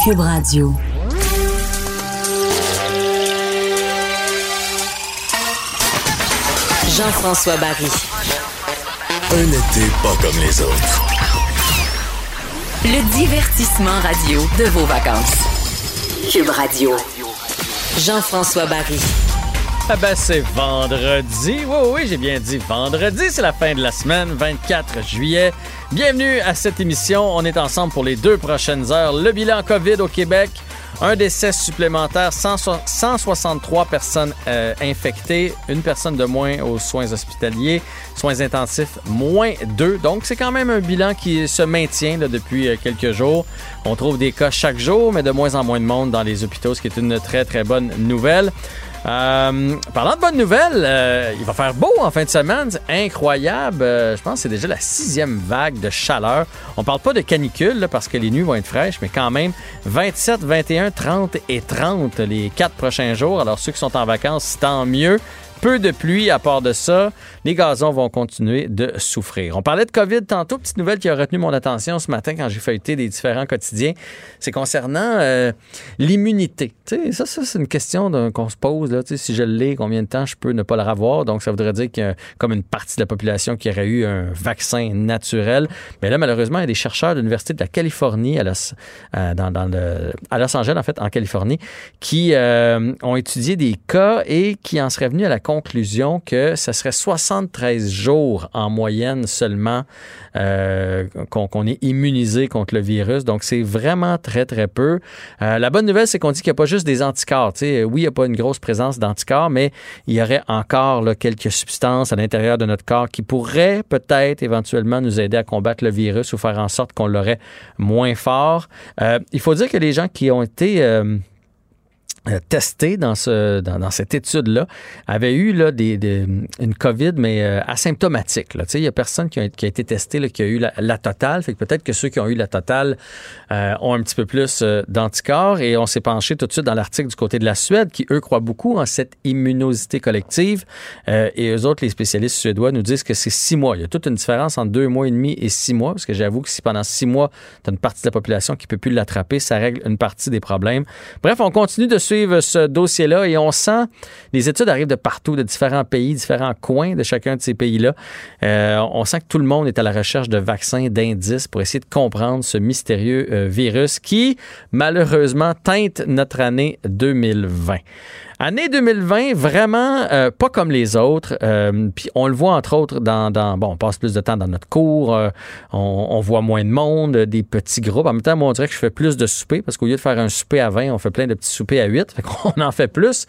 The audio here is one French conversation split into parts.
Cube Radio. Jean-François Barry. Un été pas comme les autres. Le divertissement radio de vos vacances. Cube Radio. Jean-François Barry. Ah ben c'est vendredi. Oui, j'ai bien dit vendredi. C'est la fin de la semaine, 24 juillet. Bienvenue à cette émission. On est ensemble pour les 2 prochaines heures. Le bilan COVID au Québec. Un décès supplémentaire, 163 personnes infectées, une personne de moins aux soins hospitaliers, soins intensifs, moins 2. Donc, c'est quand même un bilan qui se maintient là, depuis quelques jours. On trouve des cas chaque jour, mais de moins en moins de monde dans les hôpitaux, ce qui est une très, très bonne nouvelle. Parlant de bonnes nouvelles, il va faire beau en fin de semaine, c'est incroyable. Je pense que c'est déjà la 6e vague de chaleur. On parle pas de canicule là, parce que les nuits vont être fraîches, mais quand même 27, 21, 30 et 30 les 4 prochains jours. Alors ceux qui sont en vacances, tant mieux. Peu de pluie à part de ça. Les gazons vont continuer de souffrir. On parlait de COVID tantôt. Petite nouvelle qui a retenu mon attention ce matin quand j'ai feuilleté les différents quotidiens. C'est concernant l'immunité. Tu sais, ça, c'est une question qu'on se pose. Là. Tu sais, si je l'ai, combien de temps je peux ne pas le avoir? Donc, ça voudrait dire qu'il y a comme une partie de la population qui aurait eu un vaccin naturel. Mais là, malheureusement, il y a des chercheurs de l'Université de la Californie à Los Angeles, en fait, en Californie, qui ont étudié des cas et qui en seraient venus à la conclusion que ce serait 73 jours en moyenne seulement qu'on est immunisé contre le virus. Donc, c'est vraiment très, très peu. La bonne nouvelle, c'est qu'on dit qu'il n'y a pas juste des anticorps. T'sais, oui, il n'y a pas une grosse présence d'anticorps, mais il y aurait encore là, quelques substances à l'intérieur de notre corps qui pourraient peut-être éventuellement nous aider à combattre le virus ou faire en sorte qu'on l'aurait moins fort. Il faut dire que les gens qui ont été testés dans cette étude-là avaient eu là, une COVID, mais asymptomatique. Il n'y a personne qui a été testé, là, qui a eu la totale. Fait que peut-être que ceux qui ont eu la totale ont un petit peu plus d'anticorps. Et on s'est penché tout de suite dans l'article du côté de la Suède, qui, eux, croient beaucoup en cette immunosité collective. Et eux autres, les spécialistes suédois, nous disent que c'est 6 mois. Il y a toute une différence entre 2 mois et demi et 6 mois, parce que j'avoue que si pendant 6 mois, tu as une partie de la population qui ne peut plus l'attraper, ça règle une partie des problèmes. Bref, on continue de suivre ce dossier-là et on sent, les études arrivent de partout, de différents pays, différents coins de chacun de ces pays-là. On sent que tout le monde est à la recherche de vaccins, d'indices pour essayer de comprendre ce mystérieux virus qui, malheureusement, teinte notre année 2020. Année 2020, vraiment pas comme les autres. Puis on le voit entre autres on passe plus de temps dans notre cours, on voit moins de monde, des petits groupes. En même temps, moi, on dirait que je fais plus de soupers parce qu'au lieu de faire un souper à 20, on fait plein de petits soupers à 8. Fait qu'on en fait plus.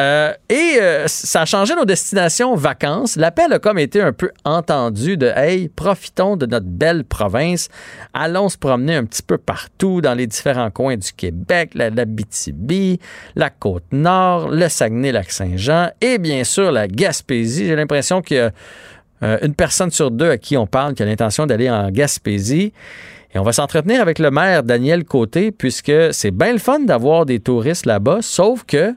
Ça a changé nos destinations vacances. L'appel a comme été un peu entendu de « Hey, profitons de notre belle province. Allons se promener un petit peu partout dans les différents coins du Québec, l'Abitibi, la Côte-Nord, le Saguenay-Lac-Saint-Jean et bien sûr la Gaspésie. J'ai l'impression qu'il y a une personne sur 2 à qui on parle qui a l'intention d'aller en Gaspésie. Et on va s'entretenir avec le maire Daniel Côté puisque c'est bien le fun d'avoir des touristes là-bas, sauf que,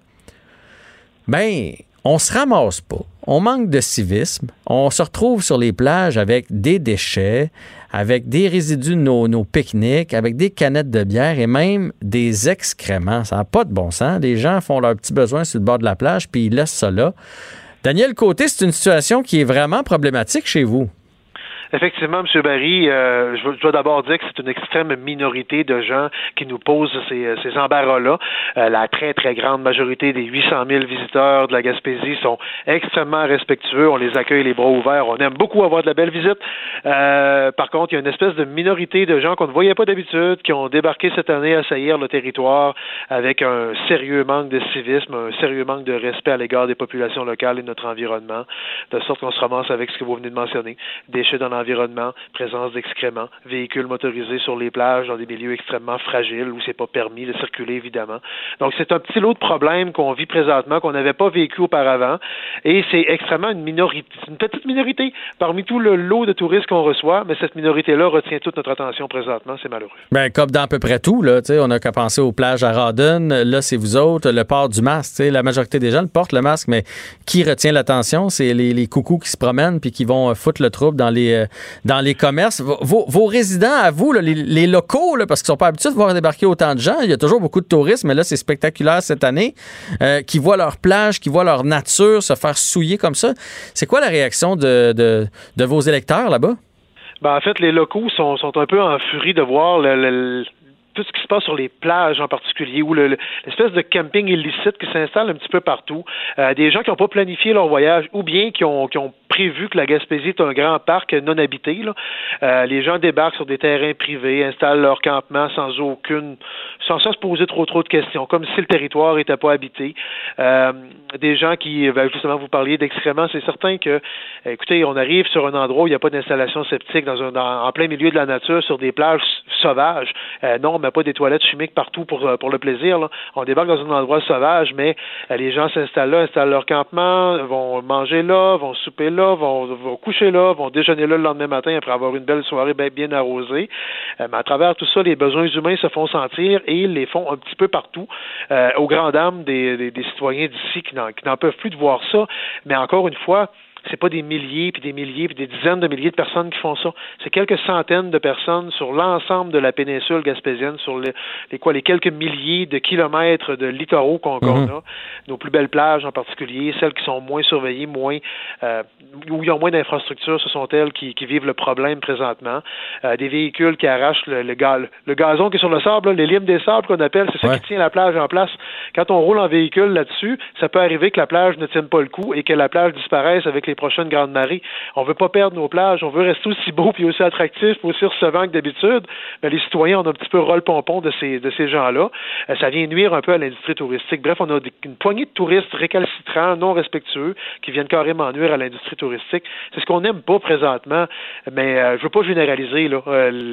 on se ramasse pas. On manque de civisme. On se retrouve sur les plages avec des déchets, avec des résidus de nos pique-niques, avec des canettes de bière et même des excréments. Ça n'a pas de bon sens. Les gens font leurs petits besoins sur le bord de la plage puis ils laissent ça là. Daniel Côté, c'est une situation qui est vraiment problématique chez vous. Effectivement, M. Barry, je dois d'abord dire que c'est une extrême minorité de gens qui nous posent ces embarras-là. La très, très grande majorité des 800 000 visiteurs de la Gaspésie sont extrêmement respectueux. On les accueille les bras ouverts. On aime beaucoup avoir de la belle visite. Par contre, il y a une espèce de minorité de gens qu'on ne voyait pas d'habitude, qui ont débarqué cette année à saillir le territoire avec un sérieux manque de civisme, un sérieux manque de respect à l'égard des populations locales et de notre environnement, de sorte qu'on se ramasse avec ce que vous venez de mentionner, déchets dans l'environnement, présence d'excréments, véhicules motorisés sur les plages dans des milieux extrêmement fragiles où c'est pas permis de circuler, évidemment. Donc, c'est un petit lot de problèmes qu'on vit présentement, qu'on n'avait pas vécu auparavant, et c'est extrêmement une petite minorité parmi tout le lot de touristes qu'on reçoit, mais cette minorité-là retient toute notre attention présentement, c'est malheureux. Comme dans à peu près tout, là, on n'a qu'à penser aux plages à Rawdon, là, c'est vous autres, le port du masque, la majorité des gens le portent, le masque, mais qui retient l'attention, c'est les coucous qui se promènent puis qui vont foutre le trouble dans les dans les commerces. Vos résidents, à vous, là, les locaux, là, parce qu'ils sont pas habitués de voir débarquer autant de gens, il y a toujours beaucoup de touristes, mais là, c'est spectaculaire cette année, qui voient leur plage, qui voient leur nature se faire souiller comme ça. C'est quoi la réaction de vos électeurs là-bas? Ben, en fait, les locaux sont un peu en furie de voir tout ce qui se passe sur les plages en particulier, ou l'espèce de camping illicite qui s'installe un petit peu partout. Des gens qui n'ont pas planifié leur voyage, ou bien qui ont prévu que la Gaspésie est un grand parc non habité. Là. Les gens débarquent sur des terrains privés, installent leur campement sans se poser trop de questions, comme si le territoire n'était pas habité. Des gens qui, justement, vous parliez d'excréments, c'est certain que, écoutez, on arrive sur un endroit où il n'y a pas d'installation septique, en plein milieu de la nature, sur des plages sauvages. Non, mais pas des toilettes chimiques partout pour le plaisir. Là. On débarque dans un endroit sauvage, mais les gens s'installent là, installent leur campement, vont manger là, vont souper là, vont coucher là, vont déjeuner là le lendemain matin après avoir une belle soirée bien arrosée. Mais à travers tout ça, les besoins humains se font sentir et ils les font un petit peu partout, aux grandes dames des citoyens d'ici qui n'en peuvent plus de voir ça. Mais encore une fois, c'est pas des milliers, puis des milliers, puis des dizaines de milliers de personnes qui font ça. C'est quelques centaines de personnes sur l'ensemble de la péninsule gaspésienne, sur les quelques milliers de kilomètres de littoraux qu'on a, nos plus belles plages en particulier, celles qui sont moins surveillées, où il y a moins d'infrastructures, ce sont elles qui vivent le problème présentement. Des véhicules qui arrachent le gazon qui est sur le sable, les limes des sables qu'on appelle, c'est ça qui tient la plage en place. Quand on roule en véhicule là-dessus, ça peut arriver que la plage ne tienne pas le coup et que la plage disparaisse avec les prochaines grandes marées. On veut pas perdre nos plages, on veut rester aussi beau puis aussi attractif puis aussi recevant que d'habitude. Mais les citoyens ont un petit peu ras-le-pompon de ces gens-là. Ça vient nuire un peu à l'industrie touristique. Bref, on a une poignée de touristes récalcitrants, non respectueux, qui viennent carrément nuire à l'industrie touristique. C'est ce qu'on n'aime pas présentement, mais je veux pas généraliser, là.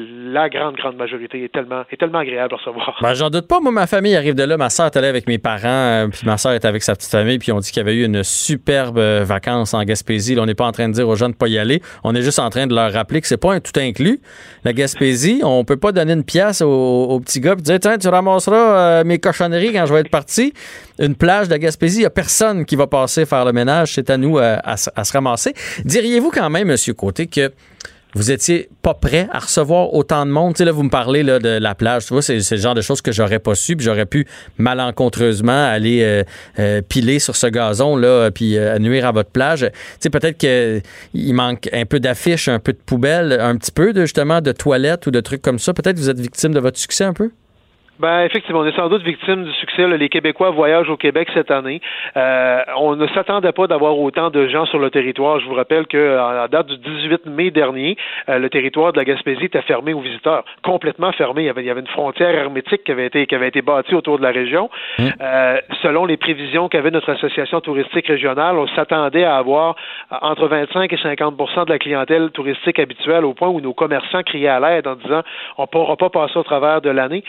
La grande majorité est tellement agréable à recevoir. Ben, j'en doute pas. Moi, ma famille arrive de là. Ma soeur est allée avec mes parents, puis ma soeur est avec sa petite famille, puis on dit qu'il y avait eu une superbe vacances en Gaspésie. Là, on n'est pas en train de dire aux gens de ne pas y aller. On est juste en train de leur rappeler que c'est pas un tout inclus. La Gaspésie, on peut pas donner une pièce au petit gars et dire tiens, tu ramasseras mes cochonneries quand je vais être parti. Une plage de la Gaspésie, il n'y a personne qui va passer faire le ménage. C'est à nous à se ramasser. Diriez-vous quand même, M. Côté, que vous étiez pas prêt à recevoir autant de monde? Tu sais, là, vous me parlez là, de la plage. Tu vois, c'est le genre de choses que j'aurais pas su, puis j'aurais pu malencontreusement aller piler sur ce gazon, là, puis nuire à votre plage. Tu sais, peut-être qu'il manque un peu d'affiches, un peu de poubelles, un petit peu, justement, de toilettes ou de trucs comme ça. Peut-être que vous êtes victime de votre succès un peu? Ben effectivement, on est sans doute victime du succès. Là. Les Québécois voyagent au Québec cette année. On ne s'attendait pas d'avoir autant de gens sur le territoire. Je vous rappelle qu'à date du 18 mai dernier, le territoire de la Gaspésie était fermé aux visiteurs, complètement fermé. Il y avait une frontière hermétique qui avait été bâtie autour de la région. Selon les prévisions qu'avait notre association touristique régionale, on s'attendait à avoir entre 25 et 50% de la clientèle touristique habituelle, au point où nos commerçants criaient à l'aide en disant on ne pourra pas passer au travers de l'année.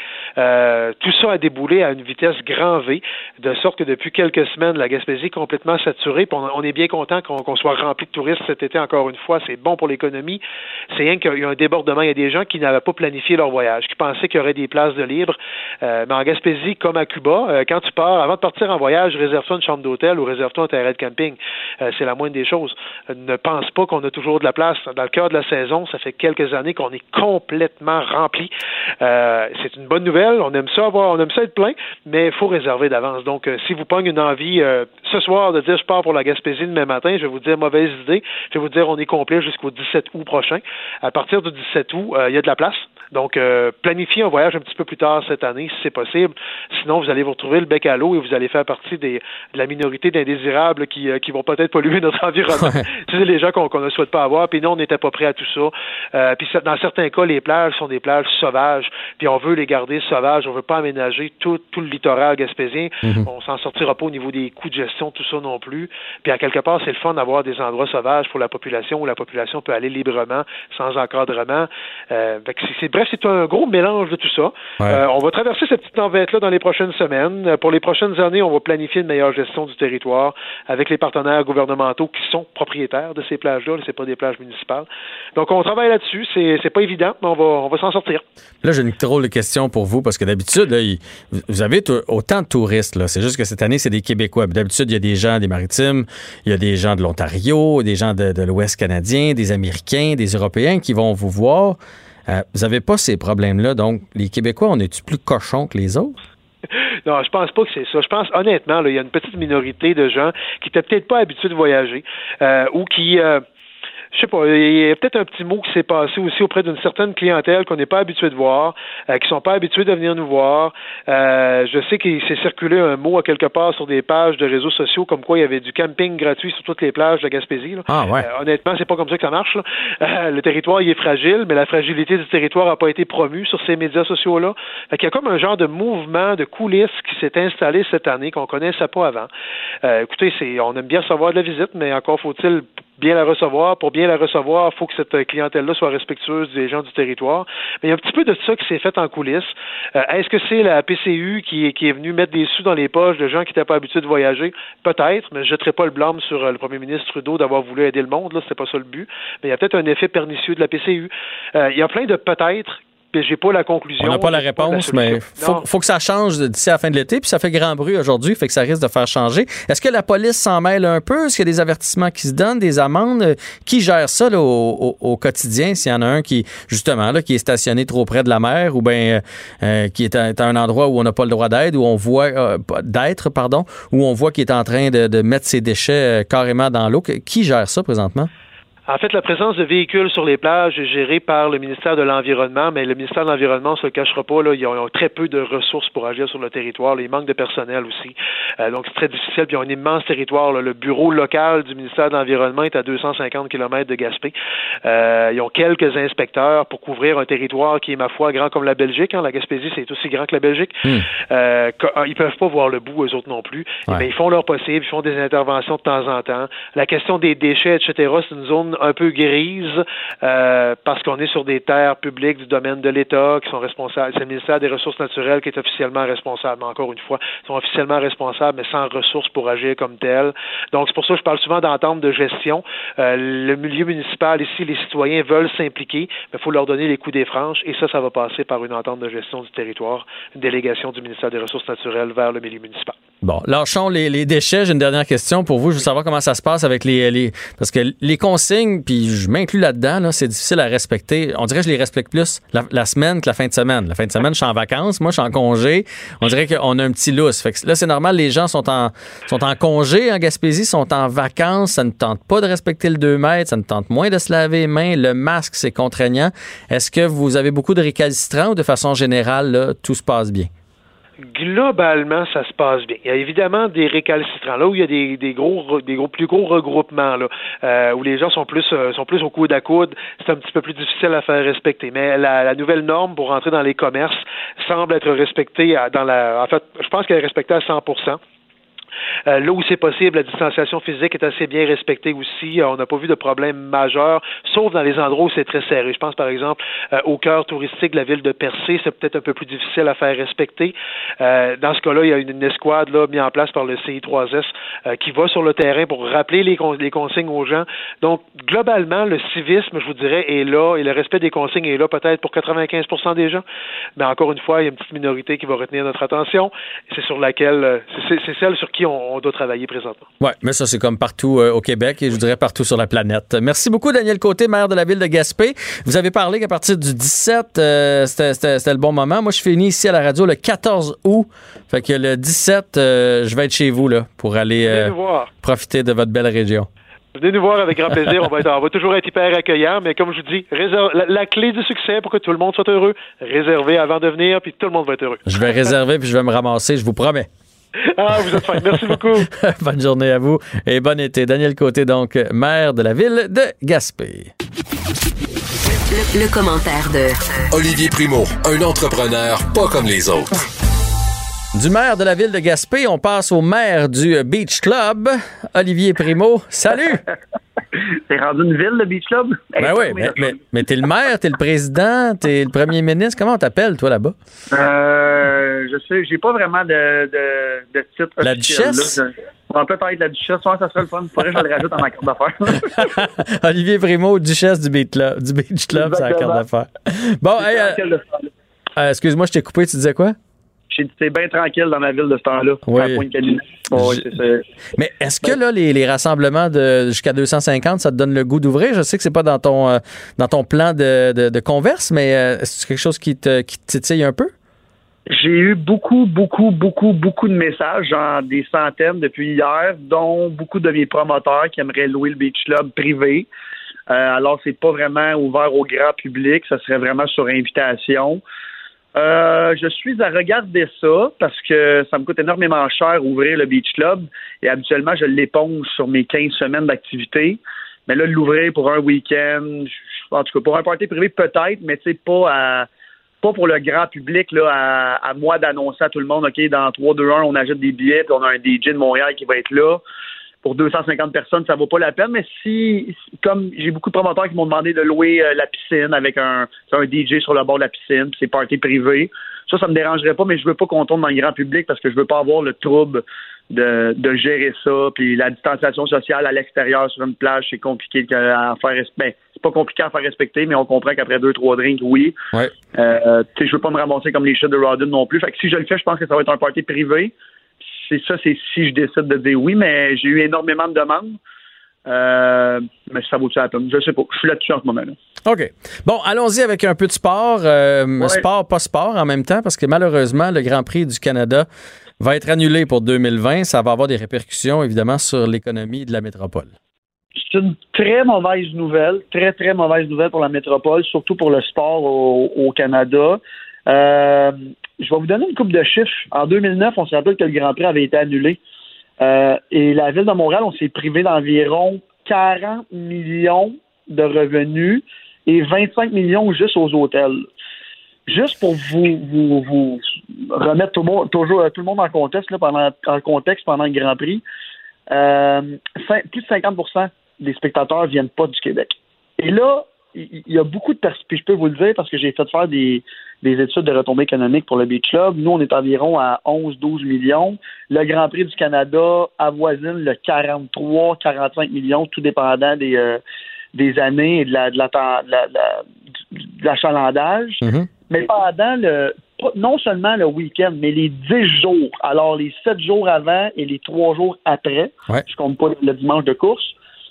Tout ça a déboulé à une vitesse grand V, de sorte que depuis quelques semaines, la Gaspésie est complètement saturée. Puis on est bien content qu'on soit rempli de touristes cet été encore une fois. C'est bon pour l'économie. C'est rien qu'il y a un débordement. Il y a des gens qui n'avaient pas planifié leur voyage, qui pensaient qu'il y aurait des places de libre. Mais en Gaspésie, comme à Cuba, quand tu pars, avant de partir en voyage, réserve-toi une chambre d'hôtel ou réserve-toi un terrain de camping. C'est la moindre des choses. Ne pense pas qu'on a toujours de la place. Dans le cœur de la saison, ça fait quelques années qu'on est complètement rempli. C'est une bonne nouvelle. On aime ça être plein, mais il faut réserver d'avance. Donc, si vous pognez une envie ce soir de dire je pars pour la Gaspésie demain matin, je vais vous dire mauvaise idée. Je vais vous dire on est complet jusqu'au 17 août prochain. À partir du 17 août, il y a de la place. Donc, planifiez un voyage un petit peu plus tard cette année, si c'est possible. Sinon, vous allez vous retrouver le bec à l'eau et vous allez faire partie de la minorité d'indésirables qui vont peut-être polluer notre environnement. C'est les gens qu'on ne souhaite pas avoir. Puis nous, on n'était pas prêts à tout ça. Puis dans certains cas, les plages sont des plages sauvages. Puis on veut les garder sauvages. On veut pas aménager tout le littoral gaspésien. On s'en sortira pas au niveau des coûts de gestion, tout ça non plus. Puis à quelque part, c'est le fun d'avoir des endroits sauvages pour la population où la population peut aller librement, sans encadrement. Bref, c'est un gros mélange de tout ça. Ouais. On va traverser cette petite tempête-là dans les prochaines semaines. Pour les prochaines années, on va planifier une meilleure gestion du territoire avec les partenaires gouvernementaux qui sont propriétaires de ces plages-là. C'est pas des plages municipales. Donc, on travaille là-dessus. C'est pas évident, mais on va s'en sortir. Là, j'ai une drôle de question pour vous, parce que d'habitude, là, vous avez autant de touristes. Là. C'est juste que cette année, c'est des Québécois. Puis d'habitude, Sud, il y a des gens des Maritimes, il y a des gens de l'Ontario, des gens de l'Ouest canadien, des Américains, des Européens qui vont vous voir. Vous n'avez pas ces problèmes-là. Donc, les Québécois, on est-tu plus cochons que les autres? Non, je pense pas que c'est ça. Je pense, honnêtement, là, il y a une petite minorité de gens qui n'étaient peut-être pas habitués de voyager ou qui... je sais pas, il y a peut-être un petit mot qui s'est passé aussi auprès d'une certaine clientèle qu'on n'est pas habitué de voir, qui sont pas habitués de venir nous voir. Je sais qu'il s'est circulé un mot à quelque part sur des pages de réseaux sociaux comme quoi il y avait du camping gratuit sur toutes les plages de Gaspésie. Là. Ah ouais. Honnêtement, c'est pas comme ça que ça marche. Là. Le territoire, il est fragile, mais la fragilité du territoire n'a pas été promue sur ces médias sociaux-là. Fait qu'il y a comme un genre de mouvement, de coulisses qui s'est installé cette année qu'on connaissait pas avant. Écoutez, on aime bien recevoir de la visite, mais encore faut-il bien la recevoir. Pour bien la recevoir, il faut que cette clientèle-là soit respectueuse des gens du territoire. Mais il y a un petit peu de ça qui s'est fait en coulisses. Est-ce que c'est la PCU qui est venue mettre des sous dans les poches de gens qui n'étaient pas habitués de voyager? Peut-être, mais je ne jetterai pas le blâme sur le premier ministre Trudeau d'avoir voulu aider le monde. Là, c'était pas ça le but. Mais il y a peut-être un effet pernicieux de la PCU. Il y a plein de peut-être. Puis j'ai pas la conclusion. On n'a pas la réponse, mais faut que ça change d'ici à la fin de l'été. Puis ça fait grand bruit aujourd'hui, fait que ça risque de faire changer. Est-ce que la police s'en mêle un peu? Est-ce qu'il y a des avertissements qui se donnent, des amendes? Qui gère ça là, au quotidien? S'il y en a un qui, justement, là, qui est stationné trop près de la mer ou bien qui est à un endroit où on n'a pas le droit d'être, où on voit où on voit qu'il est en train de mettre ses déchets carrément dans l'eau. Qui gère ça présentement? En fait, la présence de véhicules sur les plages est gérée par le ministère de l'Environnement, mais le ministère de l'Environnement, on se le cachera pas, là, ils ont très peu de ressources pour agir sur le territoire. Là, il manque de personnel aussi. Donc, c'est très difficile. Puis, ils ont un immense territoire. Là. Le bureau local du ministère de l'Environnement est à 250 km de Gaspé. Ils ont quelques inspecteurs pour couvrir un territoire qui est, ma foi, grand comme la Belgique. Hein. La Gaspésie, c'est aussi grand que la Belgique. Ils peuvent pas voir le bout, eux autres non plus. Ouais. Mais ils font leur possible. Ils font des interventions de temps en temps. La question des déchets, etc., c'est une zone un peu grise parce qu'on est sur des terres publiques du domaine de l'État qui sont responsables. C'est le ministère des Ressources naturelles qui est officiellement responsable. Mais encore une fois, ils sont officiellement responsables, mais sans ressources pour agir comme tel. Donc, c'est pour ça que je parle souvent d'entente de gestion. Le milieu municipal ici, les citoyens veulent s'impliquer, mais il faut leur donner les coups des franches et ça va passer par une entente de gestion du territoire, une délégation du ministère des Ressources naturelles vers le milieu municipal. Bon, lâchons les déchets. J'ai une dernière question pour vous. Je veux savoir comment ça se passe avec parce que les consignes, puis je m'inclus là-dedans, là, c'est difficile à respecter. On dirait que je les respecte plus la semaine que la fin de semaine. La fin de semaine, je suis en vacances. Moi, je suis en congé. On dirait qu'on a un petit lousse. Fait que là, c'est normal, les gens sont en congé en Gaspésie, sont en vacances. Ça ne tente pas de respecter le 2 mètres. Ça ne tente moins de se laver les mains. Le masque, c'est contraignant. Est-ce que vous avez beaucoup de récalcitrants ou de façon générale, là, tout se passe bien? Globalement, ça se passe bien. Il y a évidemment des récalcitrants, là où il y a des plus gros regroupements, là, où les gens sont plus au coude à coude, c'est un petit peu plus difficile à faire respecter. Mais la nouvelle norme pour rentrer dans les commerces semble être respectée en fait, je pense qu'elle est respectée à 100%. Là où c'est possible, la distanciation physique est assez bien respectée aussi. On n'a pas vu de problème majeur, sauf dans les endroits où c'est très serré. Je pense, par exemple, au cœur touristique de la ville de Percé, c'est peut-être un peu plus difficile à faire respecter. Dans ce cas-là, il y a une escouade là, mise en place par le CI3S qui va sur le terrain pour rappeler les consignes aux gens. Donc, globalement, le civisme, je vous dirais, est là et le respect des consignes est là peut-être pour 95% des gens. Mais encore une fois, il y a une petite minorité qui va retenir notre attention. C'est sur laquelle, c'est celle sur qui on doit travailler présentement. Oui, mais ça, c'est comme partout au Québec et je dirais partout sur la planète. Merci beaucoup, Daniel Côté, maire de la ville de Gaspé. Vous avez parlé qu'à partir du 17, c'était le bon moment. Moi, je finis ici à la radio le 14 août. Fait que le 17, je vais être chez vous là, pour aller profiter de votre belle région. Venez nous voir avec grand plaisir. On va toujours être hyper accueillant, mais comme je vous dis, la clé du succès pour que tout le monde soit heureux, réservez avant de venir, puis tout le monde va être heureux. Je vais réserver, puis je vais me ramasser, je vous promets. Ah, vous êtes fin. Merci beaucoup. Bonne journée à vous et bon été. Daniel Côté, donc, maire de la ville de Gaspé. Le commentaire de Olivier Primo, un entrepreneur pas comme les autres. Du maire de la ville de Gaspé, on passe au maire du Beach Club, Olivier Primo. Salut! C'est rendu une ville, le Beach Club? Ben oui, mais t'es le maire, t'es le président, t'es le premier ministre. Comment on t'appelle, toi, là-bas? Je sais, j'ai pas vraiment de titre la officiel. Duchesse? On peut parler de la Duchesse. Ouais, ça serait le fun. Il faudrait que je le rajoute dans ma carte d'affaires. Olivier Primo, Duchesse du Beach Club, c'est la carte d'affaires. Bon, hey, excuse-moi, je t'ai coupé, tu disais quoi? Je c'est bien tranquille dans ma ville de ce temps-là. Oui. À Pointe-Calumet. Bon, c'est ça. Mais est-ce que là, les rassemblements de jusqu'à 250, ça te donne le goût d'ouvrir? Je sais que c'est pas dans ton plan de converse, mais c'est quelque chose qui te titille un peu? J'ai eu beaucoup de messages, genre des centaines depuis hier, dont beaucoup de mes promoteurs qui aimeraient louer le Beach Club privé. Alors, c'est pas vraiment ouvert au grand public, ça serait vraiment sur invitation. Je suis à regarder ça parce que ça me coûte énormément cher ouvrir le Beach Club et habituellement, je l'éponge sur mes 15 semaines d'activité. Mais là, l'ouvrir pour un week-end, en tout cas, pour un party privé peut-être, mais tu sais, pas pour le grand public, là, à moi d'annoncer à tout le monde, OK, dans 3-2-1, on achète des billets, puis on a un DJ de Montréal qui va être là. Pour 250 personnes, ça vaut pas la peine, mais si, comme j'ai beaucoup de promoteurs qui m'ont demandé de louer la piscine avec un DJ sur le bord de la piscine, puis c'est party privé, ça me dérangerait pas, mais je veux pas qu'on tombe dans le grand public parce que je veux pas avoir le trouble de gérer ça, puis la distanciation sociale à l'extérieur sur une plage, c'est compliqué à faire respecter. C'est pas compliqué à faire respecter, mais on comprend qu'après 2-3 drinks, oui. Ouais. Je veux pas me ramasser comme les chutes de Rodden non plus. Fait que si je le fais, je pense que ça va être un party privé. C'est si je décide de dire oui, mais j'ai eu énormément de demandes. Mais ça vaut-tu la peine? Je sais pas. Je suis là-dessus en ce moment-là. OK. Bon, allons-y avec un peu de sport. Sport, pas sport en même temps, parce que malheureusement, le Grand Prix du Canada va être annulé pour 2020. Ça va avoir des répercussions, évidemment, sur l'économie de la métropole. C'est une très mauvaise nouvelle. Très, très mauvaise nouvelle pour la métropole, surtout pour le sport au Canada. Je vais vous donner une couple de chiffres. En 2009, on se rappelle que le Grand Prix avait été annulé. Et la Ville de Montréal, on s'est privé d'environ 40 millions de revenus et 25 millions juste aux hôtels. Juste pour vous remettre tout le monde en contexte, là, pendant le Grand Prix, plus de 50% des spectateurs viennent pas du Québec. Et là, il y a beaucoup de personnes, puis je peux vous le dire parce que j'ai fait faire des études de retombées économiques pour le Beach Club. Nous, on est environ à 11-12 millions. Le Grand Prix du Canada avoisine le 43-45 millions, tout dépendant des années et de l'achalandage. Mm-hmm. Mais pendant non seulement le week-end, mais les 10 jours, alors les 7 jours avant et les 3 jours après, je compte pas le dimanche de course,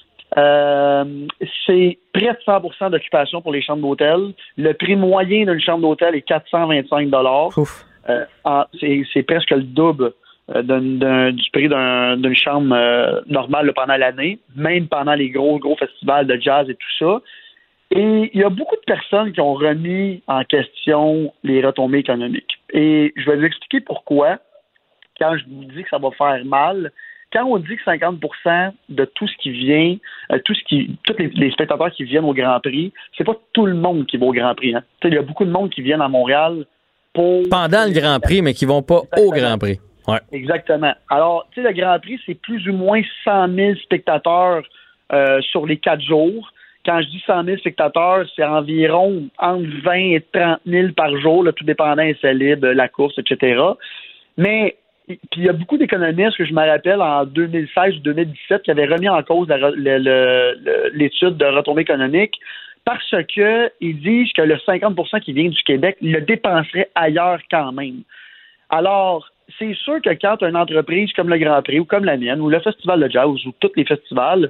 c'est près de 100% d'occupation pour les chambres d'hôtel. Le prix moyen d'une chambre d'hôtel est 425 $. C'est presque le double du prix d'une chambre normale pendant l'année, même pendant les gros festivals de jazz et tout ça. Et il y a beaucoup de personnes qui ont remis en question les retombées économiques. Et je vais vous expliquer pourquoi, quand je vous dis que ça va faire mal. Quand on dit que 50% de tout ce qui vient, tous les spectateurs qui viennent au Grand Prix, c'est pas tout le monde qui va au Grand Prix. Hein. Il y a beaucoup de monde qui viennent à Montréal pendant le Grand Prix, mais qui vont pas au Grand Prix. Ouais. Exactement. Alors, le Grand Prix, c'est plus ou moins 100 000 spectateurs sur les 4 jours. Quand je dis 100 000 spectateurs, c'est environ entre 20 et 30 000 par jour, là, tout dépendant des libre, la course, etc. Mais puis il y a beaucoup d'économistes que je me rappelle en 2016 ou 2017 qui avaient remis en cause l'étude de retombée économique parce que ils disent que le 50% qui vient du Québec le dépenserait ailleurs quand même. Alors, c'est sûr que quand une entreprise comme le Grand Prix ou comme la mienne ou le Festival de jazz ou tous les festivals,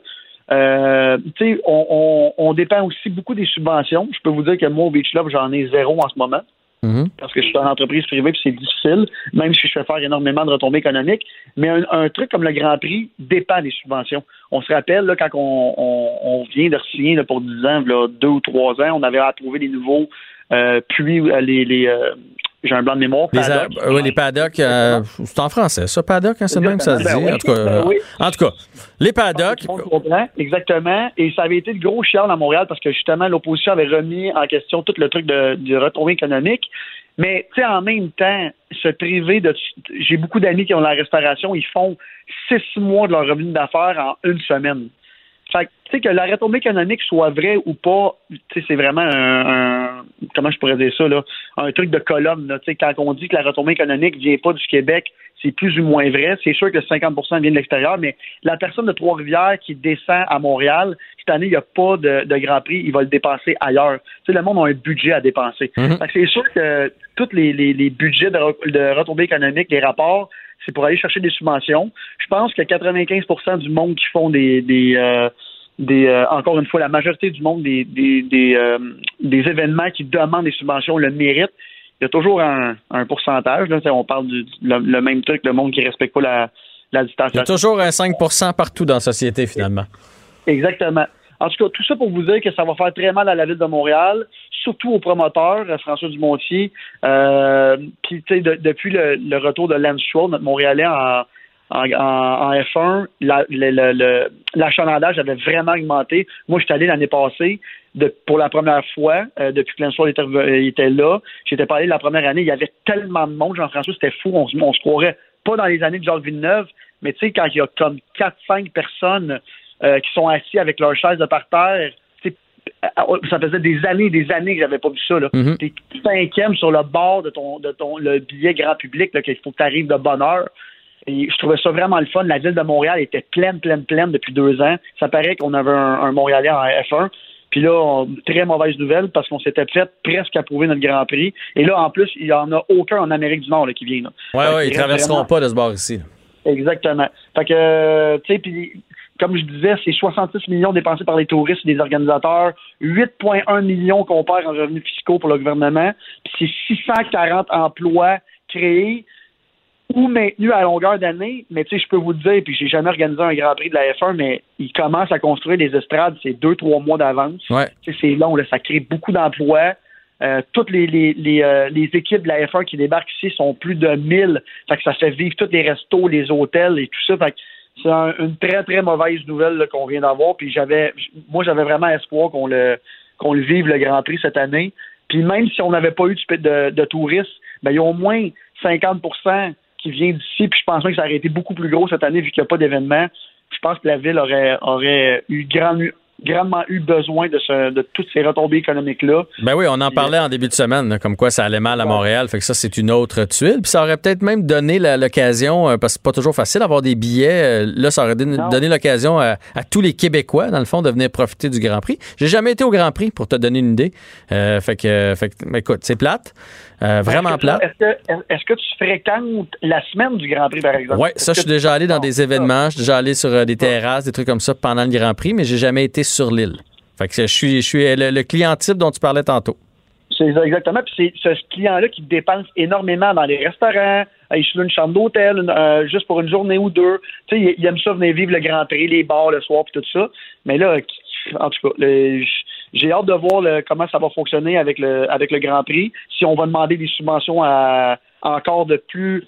on dépend aussi beaucoup des subventions. Je peux vous dire que moi, au Beach Club, j'en ai 0 en ce moment. Mm-hmm. Parce que je suis une entreprise privée puis c'est difficile, même si je fais faire énormément de retombées économiques. Mais un truc comme le Grand Prix dépend des subventions. On se rappelle, là, quand on vient de signer pour 10 ans, là, 2 ou 3 ans, on avait à trouver des nouveaux puits, j'ai un blanc de mémoire. Les paddocks, c'est en français, ça, paddock, hein, c'est même que ça se dit. Oui, en tout cas, les paddocks. Exactement. Et ça avait été le gros chiant à Montréal parce que justement, l'opposition avait remis en question tout le truc de retombée économique. Mais, tu sais, en même temps, se priver de. J'ai beaucoup d'amis qui ont la restauration, ils font 6 mois de leur revenu d'affaires en 1 semaine. Fait que sais, que la retombée économique soit vraie ou pas, tu sais, c'est vraiment un comment je pourrais dire ça, là, un truc de colonne, là. Tu sais, quand on dit que la retombée économique vient pas du Québec, c'est plus ou moins vrai. C'est sûr que 50% vient de l'extérieur, mais la personne de Trois-Rivières qui descend à Montréal, cette année, il n'y a pas de Grand Prix, il va le dépenser ailleurs. Tu sais, le monde a un budget à dépenser. Fait que c'est sûr que tous les budgets de retombée économique, les rapports, c'est pour aller chercher des subventions. Je pense que 95% du monde qui font encore une fois, la majorité du monde des événements qui demandent des subventions le méritent. Il y a toujours un pourcentage. Là, on parle le même truc, le monde qui ne respecte pas la distanciation. Il y a toujours un 5% partout dans la société, finalement. Exactement. En tout cas, tout ça pour vous dire que ça va faire très mal à la Ville de Montréal, surtout aux promoteurs, François Dumontier. Puis, tu sais, depuis le retour de Lance Stroll, notre Montréalais en F1, l'achalandage avait vraiment augmenté. Moi, j'étais allé l'année passée pour la première fois, depuis que Lance Stroll était là. J'étais pas allé la première année. Il y avait tellement de monde, Jean-François, c'était fou. On se croirait pas dans les années de Jacques Villeneuve, mais tu sais, quand il y a comme 4-5 personnes qui sont assis avec leurs chaises de parterre, ça faisait des années que j'avais pas vu ça. T'es cinquième sur le bord de ton le billet grand public, là, qu'il faut que tu arrives de bonne heure. Et je trouvais ça vraiment le fun. La Ville de Montréal était pleine depuis 2 ans. Ça paraît qu'on avait un Montréalais en F1. Puis là, très mauvaise nouvelle parce qu'on s'était fait presque approuver notre Grand Prix. Et là, en plus, il n'y en a aucun en Amérique du Nord là, qui vient. Oui, ils ne traverseront pas de ce bord ici. Exactement. Fait que, tu sais, puis comme je disais, c'est 66 millions dépensés par les touristes et les organisateurs, 8,1 millions qu'on perd en revenus fiscaux pour le gouvernement, puis c'est 640 emplois créés ou maintenus à longueur d'année. Mais tu sais, je peux vous le dire, puis j'ai jamais organisé un Grand Prix de la F1, mais ils commencent à construire des estrades, c'est 2-3 mois d'avance. Ouais. Tu sais, c'est long, là, ça crée beaucoup d'emplois. Toutes les équipes de la F1 qui débarquent ici sont plus de 1000. Fait que ça fait vivre tous les restos, les hôtels et tout ça. Fait que c'est une très, très mauvaise nouvelle là, qu'on vient d'avoir. Puis j'avais vraiment espoir qu'on le vive, le Grand Prix, cette année. Puis même si on n'avait pas eu de touristes, ben, il y a au moins 50% qui vient d'ici. Puis je pense que ça aurait été beaucoup plus gros cette année vu qu'il n'y a pas d'événement. Je pense que la Ville aurait eu grandement eu besoin de toutes ces retombées économiques-là. Ben oui, on en parlait en début de semaine, là, comme quoi ça allait mal à Montréal. Fait que ça, c'est une autre tuile. Puis ça aurait peut-être même donné l'occasion, parce que c'est pas toujours facile d'avoir des billets. Là, ça aurait donné l'occasion à tous les Québécois, dans le fond, de venir profiter du Grand Prix. J'ai jamais été au Grand Prix, pour te donner une idée. Fait que écoute, c'est plate. Vraiment plate. Est-ce que tu fréquentes la semaine du Grand Prix, par exemple? Oui, ça, je suis déjà allé dans des événements. Je suis déjà allé sur des terrasses, des trucs comme ça pendant le Grand Prix, mais j'ai jamais été sur l'île. Fait que je suis le client type dont tu parlais tantôt. C'est ça, exactement. Puis c'est ce client-là qui dépense énormément dans les restaurants. Il se loue une chambre d'hôtel juste pour une journée ou deux. Tu sais, il aime ça venir vivre le Grand Prix, les bars le soir puis tout ça. Mais là, en tout cas, j'ai hâte de voir comment ça va fonctionner avec le Grand Prix. Si on va demander des subventions encore de plus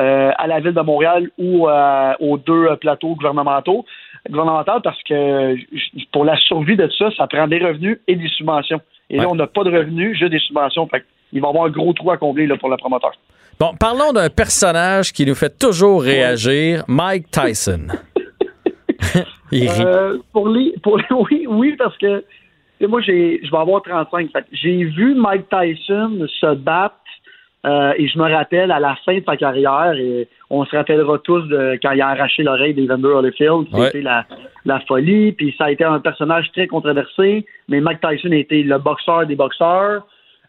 à la Ville de Montréal ou aux 2 plateaux gouvernementaux, parce que pour la survie de ça, ça prend des revenus et des subventions. Et là, on n'a pas de revenus, juste des subventions. Fait il va y avoir un gros trou à combler là, pour le promoteur. Bon, parlons d'un personnage qui nous fait toujours réagir, Mike Tyson. Il rit. Oui, parce que moi, je vais avoir 35. Fait j'ai vu Mike Tyson se battre et je me rappelle à la fin de sa carrière, et on se rappellera tous de quand il a arraché l'oreille d'Evander Holyfield. C'était la folie, puis ça a été un personnage très controversé, mais Mike Tyson a été le boxeur des boxeurs.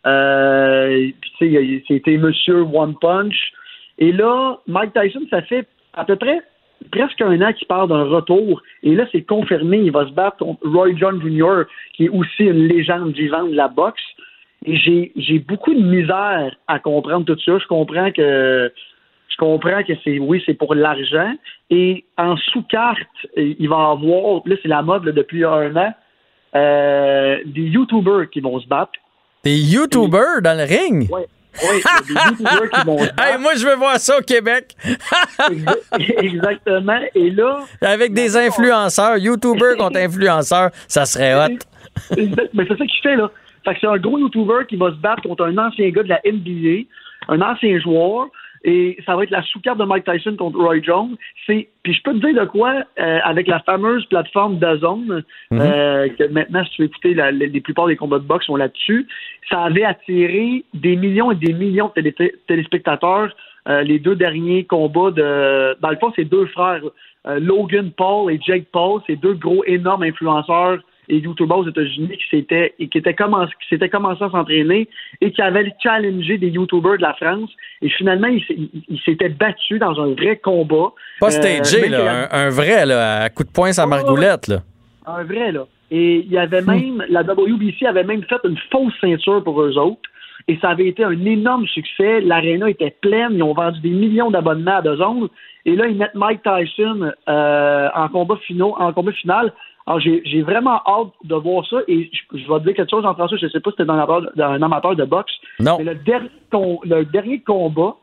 C'était Monsieur One Punch. Et là, Mike Tyson, ça fait à peu près presque 1 an qu'il parle d'un retour. Et là, c'est confirmé. Il va se battre contre Roy Jones Jr., qui est aussi une légende vivante de la boxe. Et j'ai beaucoup de misère à comprendre tout ça. Je comprends que c'est pour l'argent. Et en sous-carte, il va y avoir, là, c'est la mode là, depuis 1 an, des YouTubers qui vont se battre. Des YouTubers dans le ring? Oui. Oui, il y a des YouTubers qui vont se battre. Hey, moi, je veux voir ça au Québec. Exactement. Et là... Avec des influenceurs, YouTubers contre influenceurs, ça serait hot. Mais c'est ça qu'il fait, là. Fait que c'est un gros YouTuber qui va se battre contre un ancien gars de la NBA, un ancien joueur. Et ça va être la sous-carte de Mike Tyson contre Roy Jones. Puis je peux te dire de quoi, avec la fameuse plateforme DAZN, que maintenant, si tu veux écouter, les plupart des combats de boxe sont là-dessus, ça avait attiré des millions et des millions de téléspectateurs. Les 2 derniers combats dans le fond, c'est 2 frères, Logan Paul et Jake Paul, c'est 2 gros, énormes influenceurs et YouTubers aux États-Unis qui s'étaient commencés à s'entraîner et qui avaient challengé des YouTubers de la France. Et finalement, ils s'étaient battus dans un vrai combat. Pas stagé, là, un vrai, là, à coup de poing sur margoulette, là. Un vrai, là. Et il y avait même, la WBC avait même fait une fausse ceinture pour eux autres. Et ça avait été un énorme succès. L'aréna était pleine. Ils ont vendu des millions d'abonnements à DAZN. Et là, ils mettent Mike Tyson en combat final. Alors, j'ai vraiment hâte de voir ça. Et je vais te dire quelque chose, Jean-François. Je ne sais pas si tu es un amateur de boxe. Non. Mais le dernier combat,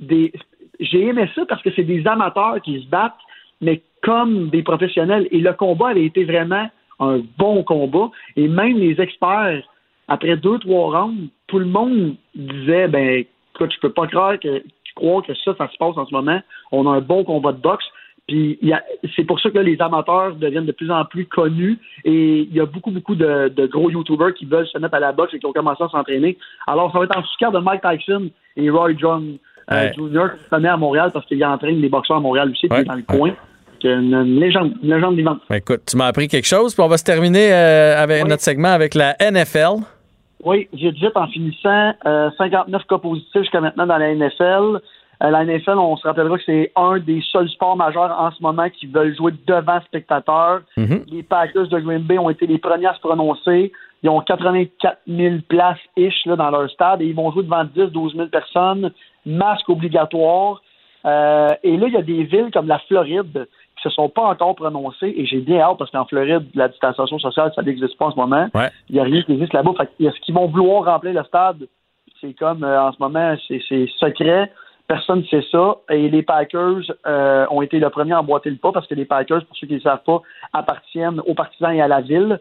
j'ai aimé ça parce que c'est des amateurs qui se battent, mais comme des professionnels. Et le combat avait été vraiment un bon combat. Et même les experts, après 2-3 rounds, tout le monde disait, écoute, je peux pas croire que ça se passe en ce moment. On a un bon combat de boxe. Puis c'est pour ça que là, les amateurs deviennent de plus en plus connus et il y a beaucoup de gros YouTubers qui veulent se mettre à la boxe et qui ont commencé à s'entraîner. Alors, ça va être en sous-carte de Mike Tyson et Roy Jones Jr. qui se connaît à Montréal parce qu'il entraîne les boxeurs à Montréal aussi, qui est dans le coin. Une légende vivante. Écoute, tu m'as appris quelque chose, puis on va se terminer avec notre segment avec la NFL. Oui, j'ai dit en finissant 59 cas positifs jusqu'à maintenant dans la NFL. La NFL, on se rappellera que c'est un des seuls sports majeurs en ce moment qui veulent jouer devant spectateurs. Les Packers de Green Bay ont été les premiers à se prononcer. Ils ont 84 000 places-ish là, dans leur stade et ils vont jouer devant 10-12 000 personnes, masque obligatoire. Et là, il y a des villes comme la Floride qui se sont pas encore prononcées et j'ai bien hâte parce qu'en Floride, la distanciation sociale, ça n'existe pas en ce moment. Ouais. Il n'y a rien qui existe là-bas. Est-ce qu'ils vont vouloir remplir le stade? C'est comme en ce moment, c'est secret. Personne ne sait ça. Et les Packers ont été le premier à emboîter le pas parce que les Packers, pour ceux qui ne le savent pas, appartiennent aux partisans et à la ville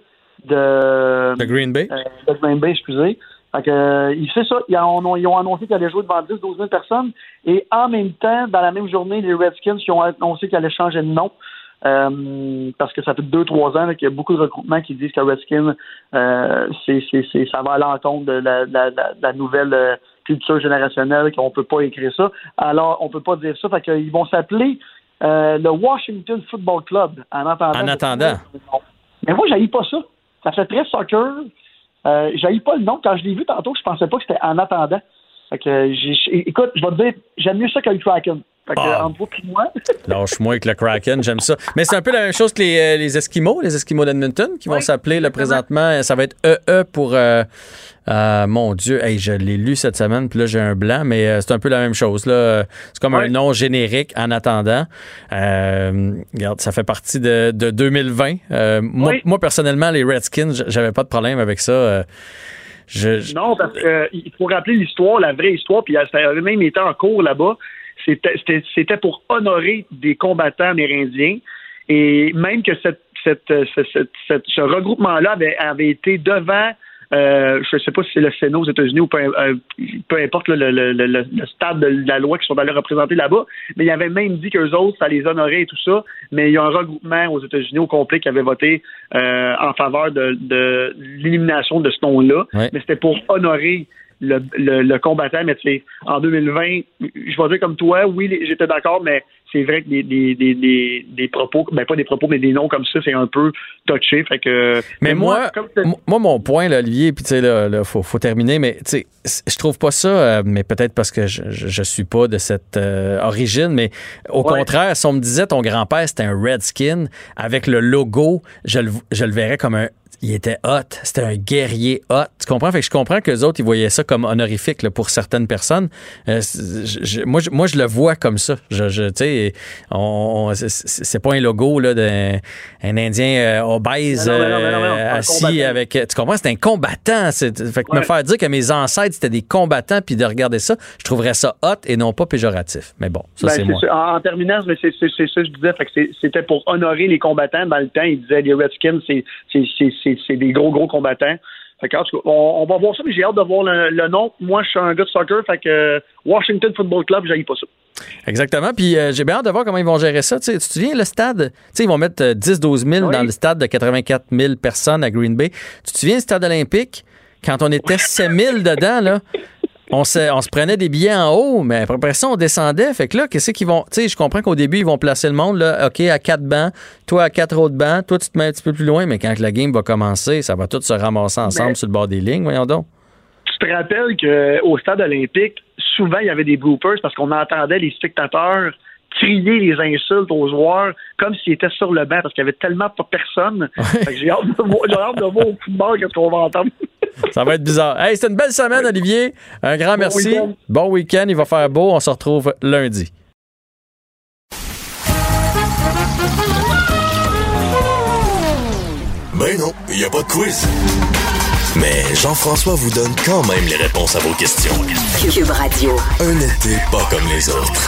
de Green Bay. De Green Bay, excusez. Fait que, c'est ça. Ils ont annoncé qu'ils allaient jouer devant 10-12 000 personnes. Et en même temps, dans la même journée, les Redskins qui ont annoncé qu'ils allaient changer de nom. Parce que ça fait 2-3 ans qu'il y a beaucoup de regroupements qui disent que Redskins, ça va à l'encontre de la nouvelle culture générationnelle, qu'on peut pas écrire ça. Alors, on peut pas dire ça. Fait qu'ils vont s'appeler le Washington Football Club en attendant. Mais moi, j'haïs pas ça. Ça fait très soccer. J'haïs pas le nom. Quand je l'ai vu tantôt, je pensais pas que c'était en attendant. Fait que écoute, je vais te dire, j'aime mieux ça que le Kraken. Fait que, entre vous et moi. Lâche-moi avec le Kraken, j'aime ça. Mais c'est un peu la même chose que les Esquimaux d'Edmonton, qui vont s'appeler là, présentement. Ça va être EE pour. Mon Dieu, hey, je l'ai lu cette semaine, puis là, j'ai un blanc, mais c'est un peu la même chose. Là. C'est comme un nom générique en attendant. Regarde, ça fait partie de 2020. Moi, personnellement, les Redskins, j'avais pas de problème avec ça. Non, parce qu'il faut rappeler l'histoire, la vraie histoire, puis ça avait même été en cours là-bas. C'était pour honorer des combattants amérindiens. Et même que ce regroupement-là avait été devant, je ne sais pas si c'est le Sénat aux États-Unis ou peu importe le stade de la loi qui sont allés représenter là-bas, mais il avait même dit qu'eux autres, ça les honorait et tout ça, mais il y a un regroupement aux États-Unis au complet qui avait voté en faveur de l'élimination de ce nom-là, mais c'était pour honorer le combattant, mais tu sais, en 2020, je vais dire comme toi, oui, j'étais d'accord, mais c'est vrai que des propos, pas des propos, mais des noms comme ça, c'est un peu touché. Fait que. Mais moi, mon point, là, Olivier, puis tu sais, là, faut terminer, mais tu sais, je trouve pas ça, mais peut-être parce que je suis pas de cette origine, mais au contraire, si on me disait ton grand-père c'était un Redskin avec le logo, je le verrais comme il était hot. C'était un guerrier hot. Tu comprends? Fait que je comprends que les autres, ils voyaient ça comme honorifique là, pour certaines personnes. Moi, je le vois comme ça. Tu sais, c'est pas un logo là, d'un Indien obèse assis avec... Tu comprends? C'est un combattant. Fait que me faire dire que mes ancêtres, c'était des combattants puis de regarder ça, je trouverais ça hot et non pas péjoratif. Mais bon, ça, c'est moi. En terminant, c'est ça que je disais. Fait que c'était pour honorer les combattants. Dans le temps, ils disaient les Redskins, c'est des gros combattants. Fait que, en tout cas, on va voir ça, mais j'ai hâte de voir le nom. Moi, je suis un gars de soccer, fait que Washington Football Club, j'haïs pas ça. Exactement. Puis j'ai bien hâte de voir comment ils vont gérer ça. Tu te souviens, le stade, ils vont mettre 10-12 000 dans le stade de 84 000 personnes à Green Bay. Tu te souviens du stade olympique? Quand on était 7 000 dedans, là, on se prenait des billets en haut, mais après ça, on descendait. Fait que là, qu'est-ce qu'ils vont... Tu sais, je comprends qu'au début, ils vont placer le monde, là, OK, à 4 bancs, toi à 4 autres bancs, toi, tu te mets un petit peu plus loin, mais quand la game va commencer, ça va tout se ramasser ensemble sur le bord des lignes, voyons donc. Tu te rappelles qu'au stade olympique, souvent, il y avait des bloopers parce qu'on entendait les spectateurs crier les insultes aux joueurs comme s'ils étaient sur le banc parce qu'il y avait tellement pas personne. Fait que j'ai hâte de voir au football qu'est-ce qu'on va entendre. Ça va être bizarre. Hey, c'était une belle semaine, Olivier. Un grand merci. Week-end. Bon week-end. Il va faire beau. On se retrouve lundi. Ben non, il n'y a pas de quiz. Mais Jean-François vous donne quand même les réponses à vos questions. Cube Radio. Un été pas comme les autres.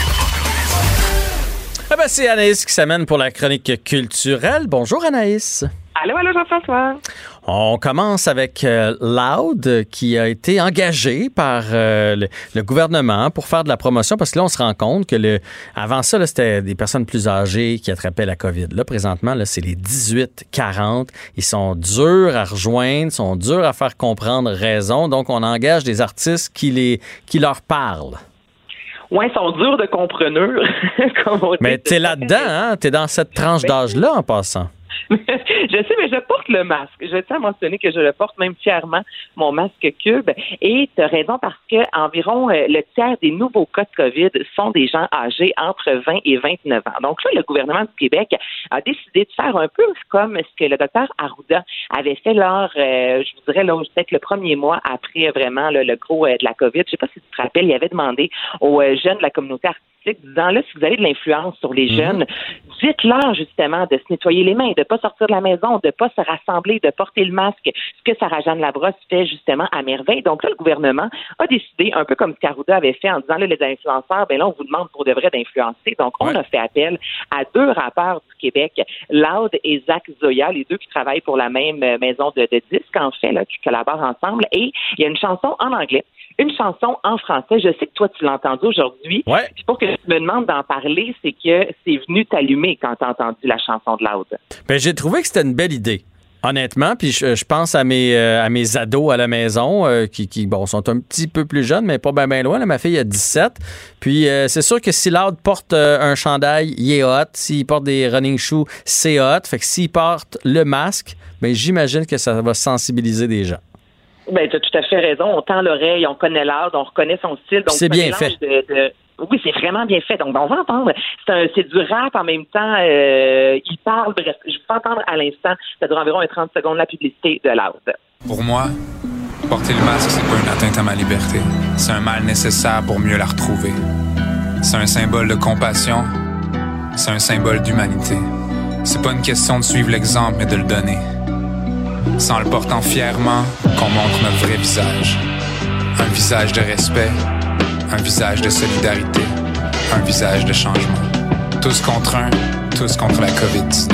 Ah ben, c'est Anaïs qui s'amène pour la chronique culturelle. Bonjour Anaïs. Allô, Jean-François. On commence avec Loud qui a été engagé par le gouvernement pour faire de la promotion parce que là, on se rend compte que avant ça, là, c'était des personnes plus âgées qui attrapaient la COVID. Là, présentement, là, c'est les 18-40. Ils sont durs à rejoindre, sont durs à faire comprendre raison. Donc, on engage des artistes qui leur parlent. Oui, ils sont durs de compreneur. Mais t'es là-dedans, hein? T'es dans cette tranche d'âge-là en passant. Je sais, mais je porte le masque. Je tiens à mentionner que je le porte même fièrement, mon masque Cube. Et tu as raison parce que environ le tiers des nouveaux cas de COVID sont des gens âgés entre 20 et 29 ans. Donc là, le gouvernement du Québec a décidé de faire un peu comme ce que le docteur Arruda avait fait lors, je vous dirais, là, peut-être le premier mois après vraiment le gros de la COVID. Je sais pas si tu te rappelles, il avait demandé aux jeunes de la communauté artistique, disant là, si vous avez de l'influence sur les jeunes, dites-leur justement de se nettoyer les mains, de pas sortir de la maison, de pas se rassembler, de porter le masque, ce que Sarah-Jeanne Labrosse fait justement à merveille. Donc là, le gouvernement a décidé, un peu comme ce qu'Arruda avait fait en disant là, les influenceurs, ben là, on vous demande pour de vrai d'influencer. Donc, on a fait appel à 2 rappeurs du Québec, Loud et Zach Zoya, les 2 qui travaillent pour la même maison de disques, en fait, là, qui collaborent ensemble. Et il y a une chanson en anglais, une chanson en français. Je sais que toi, tu l'as entendu aujourd'hui. Ouais. Puis pour que tu me demandes d'en parler, c'est que c'est venu t'allumer quand tu as entendu la chanson de Loud. Ben, j'ai trouvé que c'était une belle idée. Honnêtement, puis je pense à mes ados à la maison qui sont un petit peu plus jeunes, mais pas bien loin. Là, ma fille a 17. Puis c'est sûr que si Loud porte un chandail, il est hot. S'il porte des running shoes, c'est hot. Fait que s'il porte le masque, ben j'imagine que ça va sensibiliser des gens. Ben, tu as tout à fait raison. On tend l'oreille, on connaît Loud, on reconnaît son style. Donc, c'est bien fait. Oui, c'est vraiment bien fait. Donc, on va entendre. C'est du rap en même temps. Il parle. Bref, je vais entendre à l'instant. Ça dure environ 30 secondes la publicité de Loud. Pour moi, porter le masque, c'est pas une atteinte à ma liberté. C'est un mal nécessaire pour mieux la retrouver. C'est un symbole de compassion. C'est un symbole d'humanité. C'est pas une question de suivre l'exemple, mais de le donner. C'est en le portant fièrement qu'on montre notre vrai visage. Un visage de respect, un visage de solidarité, un visage de changement. Tous contre un, tous contre la COVID-19.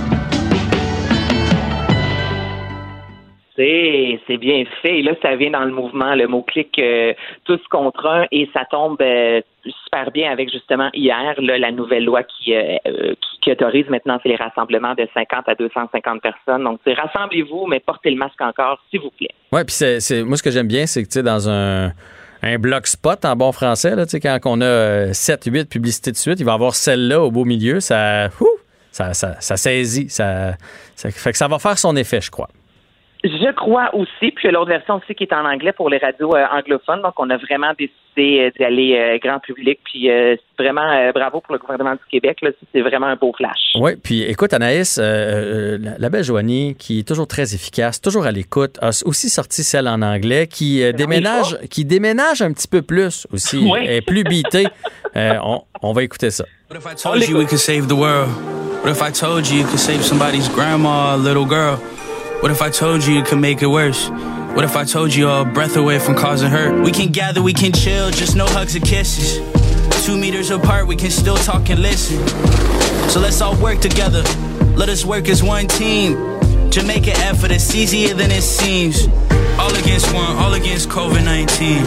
C'est bien fait. Et là, ça vient dans le mouvement, le mot-clic tous contre un, et ça tombe super bien avec justement hier là, la nouvelle loi qui autorise maintenant les rassemblements de 50 à 250 personnes. Donc, rassemblez-vous, mais portez le masque encore, s'il vous plaît. Oui, puis c'est moi, ce que j'aime bien, c'est que tu sais, dans un bloc spot en bon français, là, quand on a 7-8 publicités de suite, il va y avoir celle-là au beau milieu, ça saisit. Ça fait que ça va faire son effet, je crois. Je crois aussi, puis l'autre version aussi qui est en anglais pour les radios anglophones, donc on a vraiment décidé d'y aller grand public, puis vraiment bravo pour le gouvernement du Québec, là, c'est vraiment un beau flash. Oui, puis écoute Anaïs, la belle Joanie, qui est toujours très efficace, toujours à l'écoute, a aussi sorti celle en anglais, qui déménage un petit peu plus aussi, oui. Est plus beatée. On va écouter ça. What if I told you we could save the world? What if I told you could save somebody's grandma, little girl? What if I told you could make it worse? What if I told you a breath away from causing hurt? We can gather, we can chill, just no hugs or kisses. 2 meters apart, we can still talk and listen. So let's all work together. Let us work as one team. Jamaica effort, it's easier than it seems. All against one, all against COVID-19.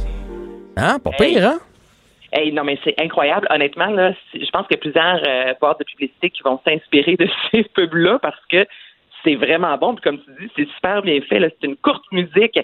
Hein? Pas pire, hein? Hey, non, mais c'est incroyable. Honnêtement, là, je pense qu'il y a plusieurs boîtes de publicité qui vont s'inspirer de ces pubs-là parce que c'est vraiment bon. Puis comme tu dis, c'est super bien fait. Là. C'est une courte musique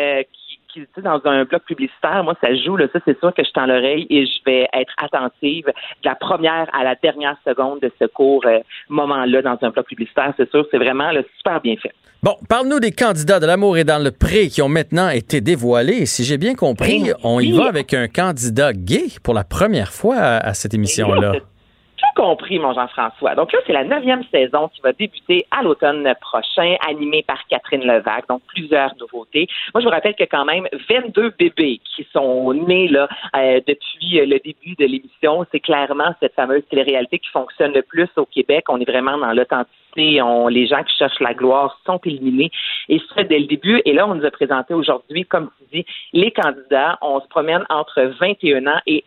qui tu sais, dans un bloc publicitaire, moi, ça joue. Là, ça, c'est sûr que je tends l'oreille et je vais être attentive de la première à la dernière seconde de ce court moment-là dans un bloc publicitaire. C'est sûr, c'est vraiment là, super bien fait. Bon, parle-nous des candidats de l'amour et dans le pré qui ont maintenant été dévoilés. Si j'ai bien compris, on y va avec un candidat gay pour la première fois à cette émission-là. Tout compris, mon Jean-François. Donc là, c'est la 9e saison qui va débuter à l'automne prochain, animée par Catherine Levac. Donc, plusieurs nouveautés. Moi, je vous rappelle qu'il y a quand même 22 bébés qui sont nés là depuis le début de l'émission. C'est clairement cette fameuse télé-réalité qui fonctionne le plus au Québec. On est vraiment dans l'authenticité. Les gens qui cherchent la gloire sont éliminés. Et ça, dès le début. Et là, on nous a présenté aujourd'hui, comme tu dis, les candidats. On se promène entre 21 ans et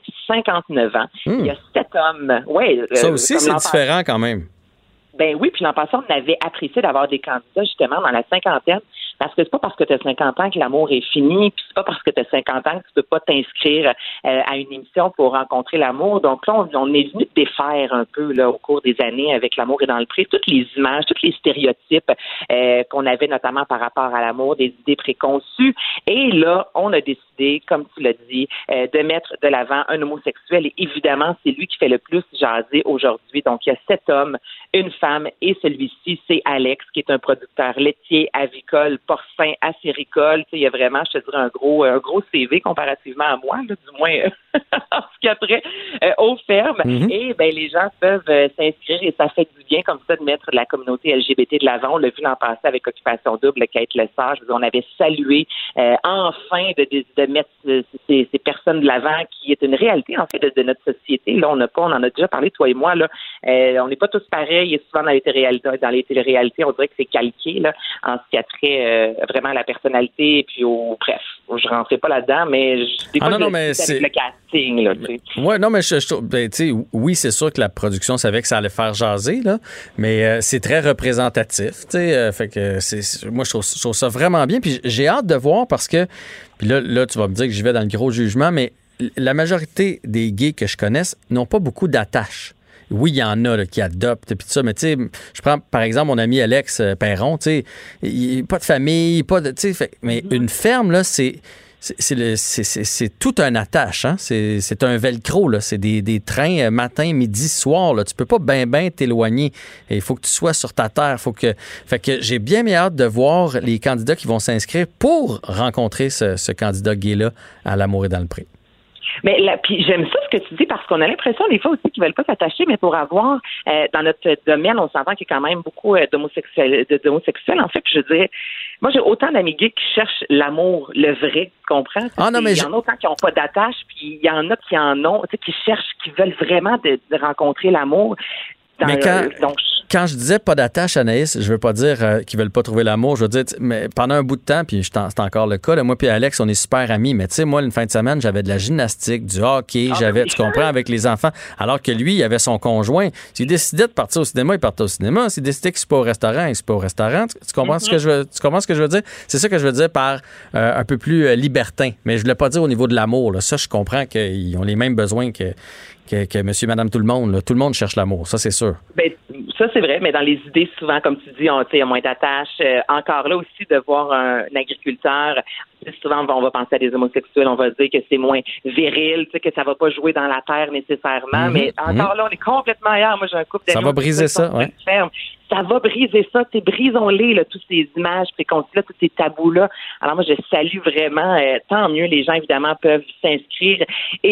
59 ans. Il y a 7 hommes. Ouais, ça aussi, c'est différent quand même. Ben oui, puis l'an passé, on avait apprécié d'avoir des candidats justement dans la cinquantaine, parce que c'est pas parce que tu as 50 ans que l'amour est fini, puis c'est pas parce que tu as 50 ans que tu peux pas t'inscrire à une émission pour rencontrer l'amour. Donc là, on est venu défaire un peu là au cours des années avec l'amour et dans le pré, toutes les images, tous les stéréotypes qu'on avait notamment par rapport à l'amour, des idées préconçues. Et là, on a décidé, comme tu l'as dit, de mettre de l'avant un homosexuel. Et évidemment, c'est lui qui fait le plus jaser aujourd'hui. Donc, il y a 7 hommes, une femme, et celui-ci, c'est Alex, qui est un producteur laitier, avicole, porcin, acéricole. Tu sais, il y a vraiment, je te dirais, un gros CV comparativement à moi, là, du moins en ce qui a trait aux fermes. Mm-hmm. Et ben les gens peuvent s'inscrire et ça fait du bien comme ça de mettre la communauté LGBT de l'avant. On l'a vu l'an passé avec Occupation Double, Kate Lessard. On avait salué enfin de mettre ces personnes de l'avant, qui est une réalité en fait de notre société. Là, on en a déjà parlé, toi et moi. Là, on n'est pas tous pareils. Et souvent dans les téléréalités, on dirait que c'est calqué là, en ce qui a trait vraiment à la personnalité. Et puis bref, je ne rentrais pas là-dedans, mais c'est le casting. Là, ouais, non, mais tu sais, oui, c'est sûr que la production savait que ça allait faire jaser, là, mais c'est très représentatif. Fait que moi, je trouve ça vraiment bien. Puis j'ai hâte de voir parce que, puis là, tu vas me dire que j'y vais dans le gros jugement, mais la majorité des gays que je connaisse n'ont pas beaucoup d'attaches. Oui, il y en a là, qui adoptent et tout ça, mais tu sais, je prends par exemple mon ami Alex Perron, tu sais, pas de famille, pas de, tu sais, mais une ferme là, c'est tout un attache, hein? C'est un velcro, là. C'est des trains matin, midi, soir, là. Tu peux pas ben t'éloigner. Il faut que tu sois sur ta terre. Fait que j'ai bien hâte de voir les candidats qui vont s'inscrire pour rencontrer ce candidat gay-là à l'amour et dans le pré. Mais là, puis j'aime ça ce que tu dis parce qu'on a l'impression des fois aussi qu'ils veulent pas s'attacher, mais pour avoir dans notre domaine, on s'entend qu'il y a quand même beaucoup d'homosexuels. En fait, je dirais, moi j'ai autant d'amis gays qui cherchent l'amour, le vrai, tu comprends? Ah, non, mais il y en a autant qui n'ont pas d'attache, puis il y en a qui en ont, tu sais, qui cherchent, qui veulent vraiment de rencontrer l'amour. Mais quand je disais pas d'attache, Anaïs, je veux pas dire qu'ils veulent pas trouver l'amour. Je veux dire, mais pendant un bout de temps, puis c'est encore le cas, là, moi puis Alex, on est super amis. Mais tu sais, moi, une fin de semaine, j'avais de la gymnastique, du hockey, tu comprends, avec les enfants. Alors que lui, il avait son conjoint. S'il décidait de partir au cinéma, il partait au cinéma. S'il décidait qu'il se pas au restaurant, il se pas au restaurant. Tu comprends ce que je veux dire? C'est ça que je veux dire par un peu plus libertin. Mais je voulais pas dire au niveau de l'amour. Là. Ça, je comprends qu'ils ont les mêmes besoins que monsieur, madame, tout le monde. Là. Tout le monde cherche l'amour, ça, c'est sûr. Ben, ça, c'est vrai, mais dans les idées, souvent, comme tu dis, il y a moins d'attaches. Encore là aussi, de voir un agriculteur, souvent, on va penser à des homosexuels, on va dire que c'est moins viril, que ça va pas jouer dans la terre nécessairement, mais encore là, on est complètement ailleurs. Moi, j'ai un couple d'amis. Ça va briser ça, ouais. Ça va briser ça. Brisons-les, là, toutes ces images préconçues-là, tous ces tabous-là. Alors, moi, je salue vraiment. Tant mieux, les gens, évidemment, peuvent s'inscrire.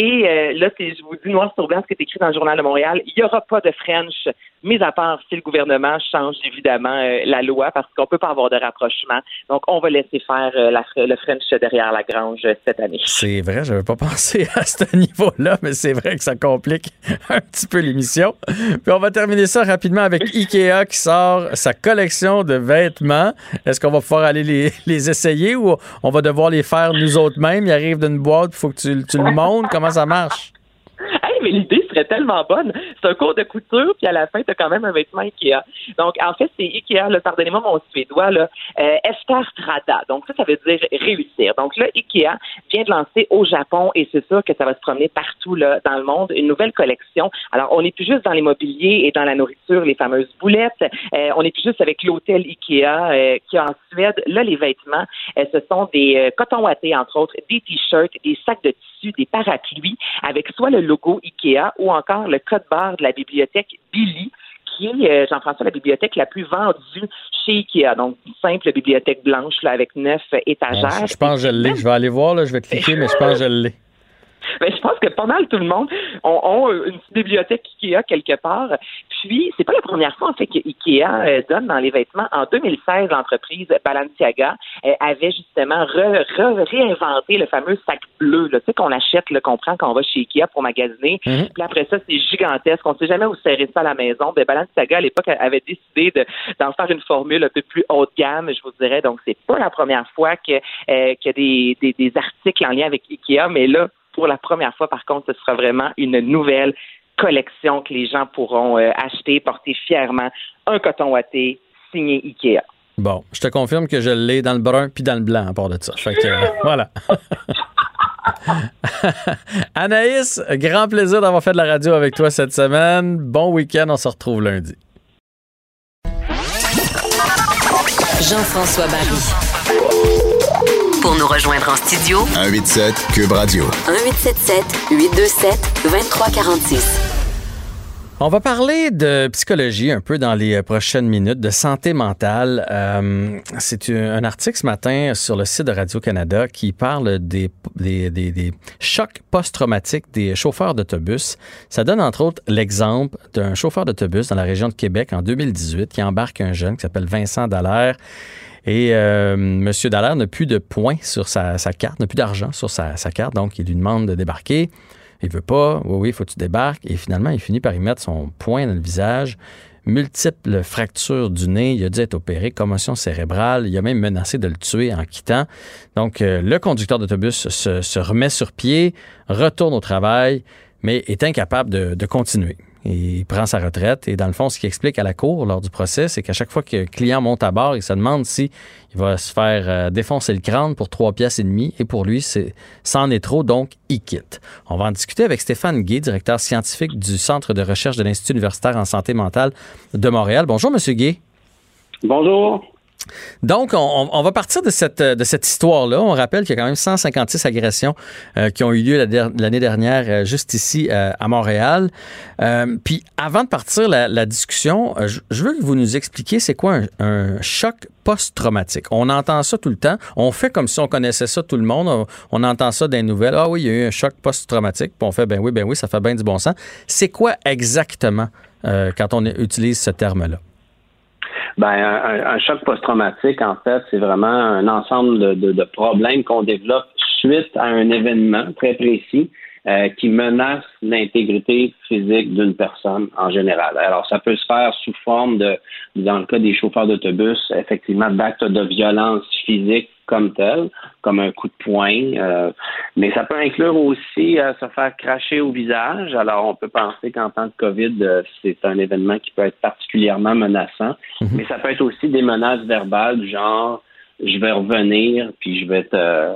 Et là, je vous dis noir sur blanc ce qui est écrit dans le Journal de Montréal. Il n'y aura pas de French, mis à part si le gouvernement change, évidemment, la loi, parce qu'on peut pas avoir de rapprochement. Donc, on va laisser faire le French derrière la grange cette année. C'est vrai, je n'avais pas pensé à ce niveau-là, mais c'est vrai que ça complique un petit peu l'émission. Puis on va terminer ça rapidement avec Ikea qui sort sa collection de vêtements. Est-ce qu'on va pouvoir aller les essayer ou on va devoir les faire nous autres mêmes? Ils arrivent d'une boîte, il faut que tu le montes. Comment ça marche? Hey, mais l'idée, serait tellement bonne. C'est un cours de couture, puis à la fin, tu as quand même un vêtement Ikea. Donc, en fait, c'est Ikea, là, pardonnez-moi mon suédois, là, Efterstrada. Donc, ça veut dire réussir. Donc là, Ikea vient de lancer au Japon, et c'est sûr que ça va se promener partout là, dans le monde, une nouvelle collection. Alors, on n'est plus juste dans l'immobilier et dans la nourriture, les fameuses boulettes. On n'est plus juste avec l'hôtel Ikea qui est en Suède. Là, les vêtements, ce sont des cotons ouatés, entre autres, des t-shirts, des sacs de tissu, des parapluies, avec soit le logo Ikea ou encore le code barre de la bibliothèque Billy, qui est, Jean-François, la bibliothèque la plus vendue chez Ikea. Donc, une simple bibliothèque blanche là, avec 9 étagères. Je pense que je l'ai. Je vais aller voir, là, je vais cliquer, mais je pense que je l'ai. Ben, je pense que pas mal tout le monde ont une petite bibliothèque Ikea quelque part. Puis, c'est pas la première fois, en fait, que Ikea donne dans les vêtements. En 2016, l'entreprise Balenciaga avait justement réinventé le fameux sac bleu, là, tu sais, qu'on achète, là, qu'on prend quand on va chez Ikea pour magasiner. Mm-hmm. Puis après ça, c'est gigantesque. On sait jamais où serrer ça à la maison. Ben, Balenciaga, à l'époque, avait décidé d'en faire une formule un peu plus haut de gamme, je vous dirais. Donc, c'est pas la première fois qu'il y a des articles en lien avec Ikea, mais là, pour la première fois, par contre, ce sera vraiment une nouvelle collection que les gens pourront acheter, porter fièrement. Un coton ouaté signé Ikea. Bon, je te confirme que je l'ai dans le brun puis dans le blanc à part de ça. Fait que, voilà. Anaïs, grand plaisir d'avoir fait de la radio avec toi cette semaine. Bon week-end, on se retrouve lundi. Jean-François Barry. Pour nous rejoindre en studio, 187 Cube Radio. 1877-827-2346. On va parler de psychologie un peu dans les prochaines minutes, de santé mentale. C'est un article ce matin sur le site de Radio-Canada qui parle des chocs post-traumatiques des chauffeurs d'autobus. Ça donne entre autres l'exemple d'un chauffeur d'autobus dans la région de Québec en 2018 qui embarque un jeune qui s'appelle Vincent Dallaire. Et M. Dallaire n'a plus de points sur sa carte, n'a plus d'argent sur sa carte, donc il lui demande de débarquer. Il veut pas. Oui, il faut que tu débarques. Et finalement, il finit par y mettre son poing dans le visage. Multiples fractures du nez. Il a dû être opéré. Commotion cérébrale. Il a même menacé de le tuer en quittant. Donc, le conducteur d'autobus se remet sur pied, retourne au travail, mais est incapable de continuer. Il prend sa retraite et dans le fond, ce qu'il explique à la cour lors du procès, c'est qu'à chaque fois que le client monte à bord, il se demande si il va se faire défoncer le crâne pour 3,5 piastres et pour lui, c'en est trop, donc il quitte. On va en discuter avec Stéphane Guay, directeur scientifique du Centre de recherche de l'Institut universitaire en santé mentale de Montréal. Bonjour, Monsieur Guay. Bonjour. Donc, on va partir de cette histoire-là. On rappelle qu'il y a quand même 156 agressions qui ont eu lieu l'année dernière juste ici à Montréal. Puis, avant de partir la discussion, je veux que vous nous expliquiez c'est quoi un choc post-traumatique. On entend ça tout le temps. On fait comme si on connaissait ça tout le monde. On entend ça dans les nouvelles. Ah oui, il y a eu un choc post-traumatique. Puis on fait ben oui, ça fait bien du bon sens. C'est quoi exactement quand on utilise ce terme-là? Ben, un choc post-traumatique, en fait, c'est vraiment un ensemble de problèmes qu'on développe suite à un événement très précis qui menace l'intégrité physique d'une personne en général. Alors, ça peut se faire sous forme dans le cas des chauffeurs d'autobus, effectivement, d'actes de violence physique comme tel, comme un coup de poing, mais ça peut inclure aussi se faire cracher au visage. Alors, on peut penser qu'en temps de COVID, c'est un événement qui peut être particulièrement menaçant, mais ça peut être aussi des menaces verbales du genre je vais revenir puis je vais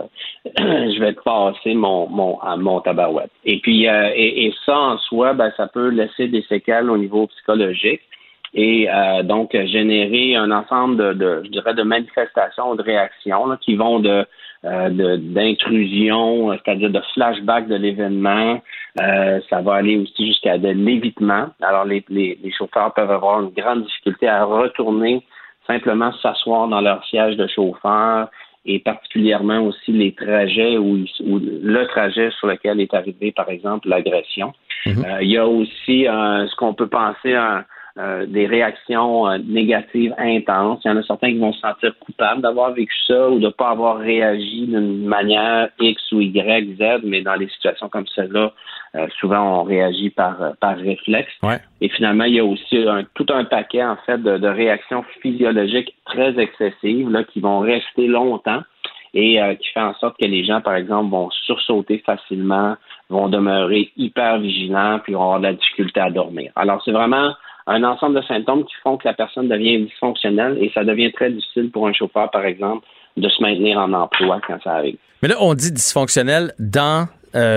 te passer mon tabarouette. Et puis et ça en soi, ben ça peut laisser des séquelles au niveau psychologique. Et donc générer un ensemble de manifestations, de réactions là, qui vont d'intrusion, c'est-à-dire de flashback de l'événement. Ça va aller aussi jusqu'à de l'évitement. Alors les chauffeurs peuvent avoir une grande difficulté à retourner simplement s'asseoir dans leur siège de chauffeur et particulièrement aussi les trajets ou le trajet sur lequel est arrivé, par exemple, l'agression. Il y a aussi ce qu'on peut penser des réactions négatives intenses. Il y en a certains qui vont se sentir coupables d'avoir vécu ça ou de ne pas avoir réagi d'une manière X ou Y, Z, mais dans les situations comme celle-là, souvent on réagit par réflexe. Ouais. Et finalement, il y a aussi tout un paquet en fait de réactions physiologiques très excessives là, qui vont rester longtemps et qui fait en sorte que les gens, par exemple, vont sursauter facilement, vont demeurer hyper vigilants, puis vont avoir de la difficulté à dormir. Alors, c'est vraiment un ensemble de symptômes qui font que la personne devient dysfonctionnelle et ça devient très difficile pour un chauffeur, par exemple, de se maintenir en emploi quand ça arrive. Mais là, on dit dysfonctionnel dans...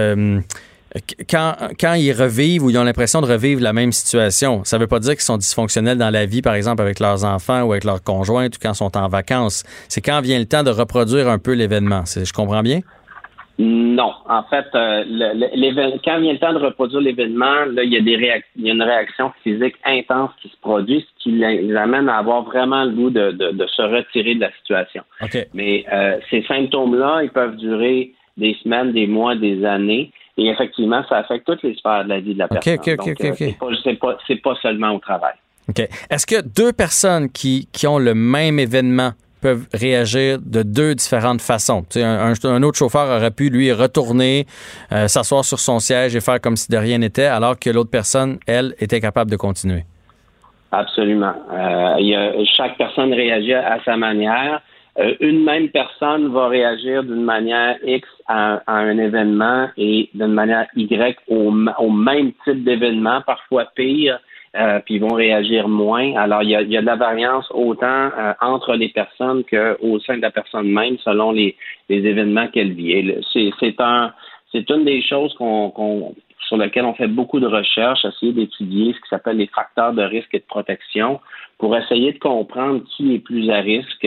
Quand ils revivent ou ils ont l'impression de revivre la même situation, ça ne veut pas dire qu'ils sont dysfonctionnels dans la vie, par exemple, avec leurs enfants ou avec leurs conjointes ou quand ils sont en vacances. C'est quand vient le temps de reproduire un peu l'événement. Je comprends bien? Non. En fait, quand vient le temps de reproduire l'événement, là, il y a une réaction physique intense qui se produit, ce qui les amène à avoir vraiment le goût de se retirer de la situation. Okay. Mais ces symptômes-là, ils peuvent durer des semaines, des mois, des années. Et effectivement, ça affecte toutes les sphères de la vie de la personne. Donc, c'est pas seulement au travail. OK. Est-ce que deux personnes qui ont le même événement peuvent réagir de deux différentes façons? Tu sais, un autre chauffeur aurait pu, lui, retourner, s'asseoir sur son siège et faire comme si de rien n'était, alors que l'autre personne, elle, était capable de continuer. Absolument. Chaque personne réagit à sa manière. Une même personne va réagir d'une manière X à un événement et d'une manière Y au même type d'événement, parfois pire, puis ils vont réagir moins. Alors, il y a de la variance autant entre les personnes qu'au sein de la personne même selon les événements qu'elle vit. Et c'est une des choses sur lesquelles on fait beaucoup de recherches, essayer d'étudier ce qui s'appelle les facteurs de risque et de protection pour essayer de comprendre qui est plus à risque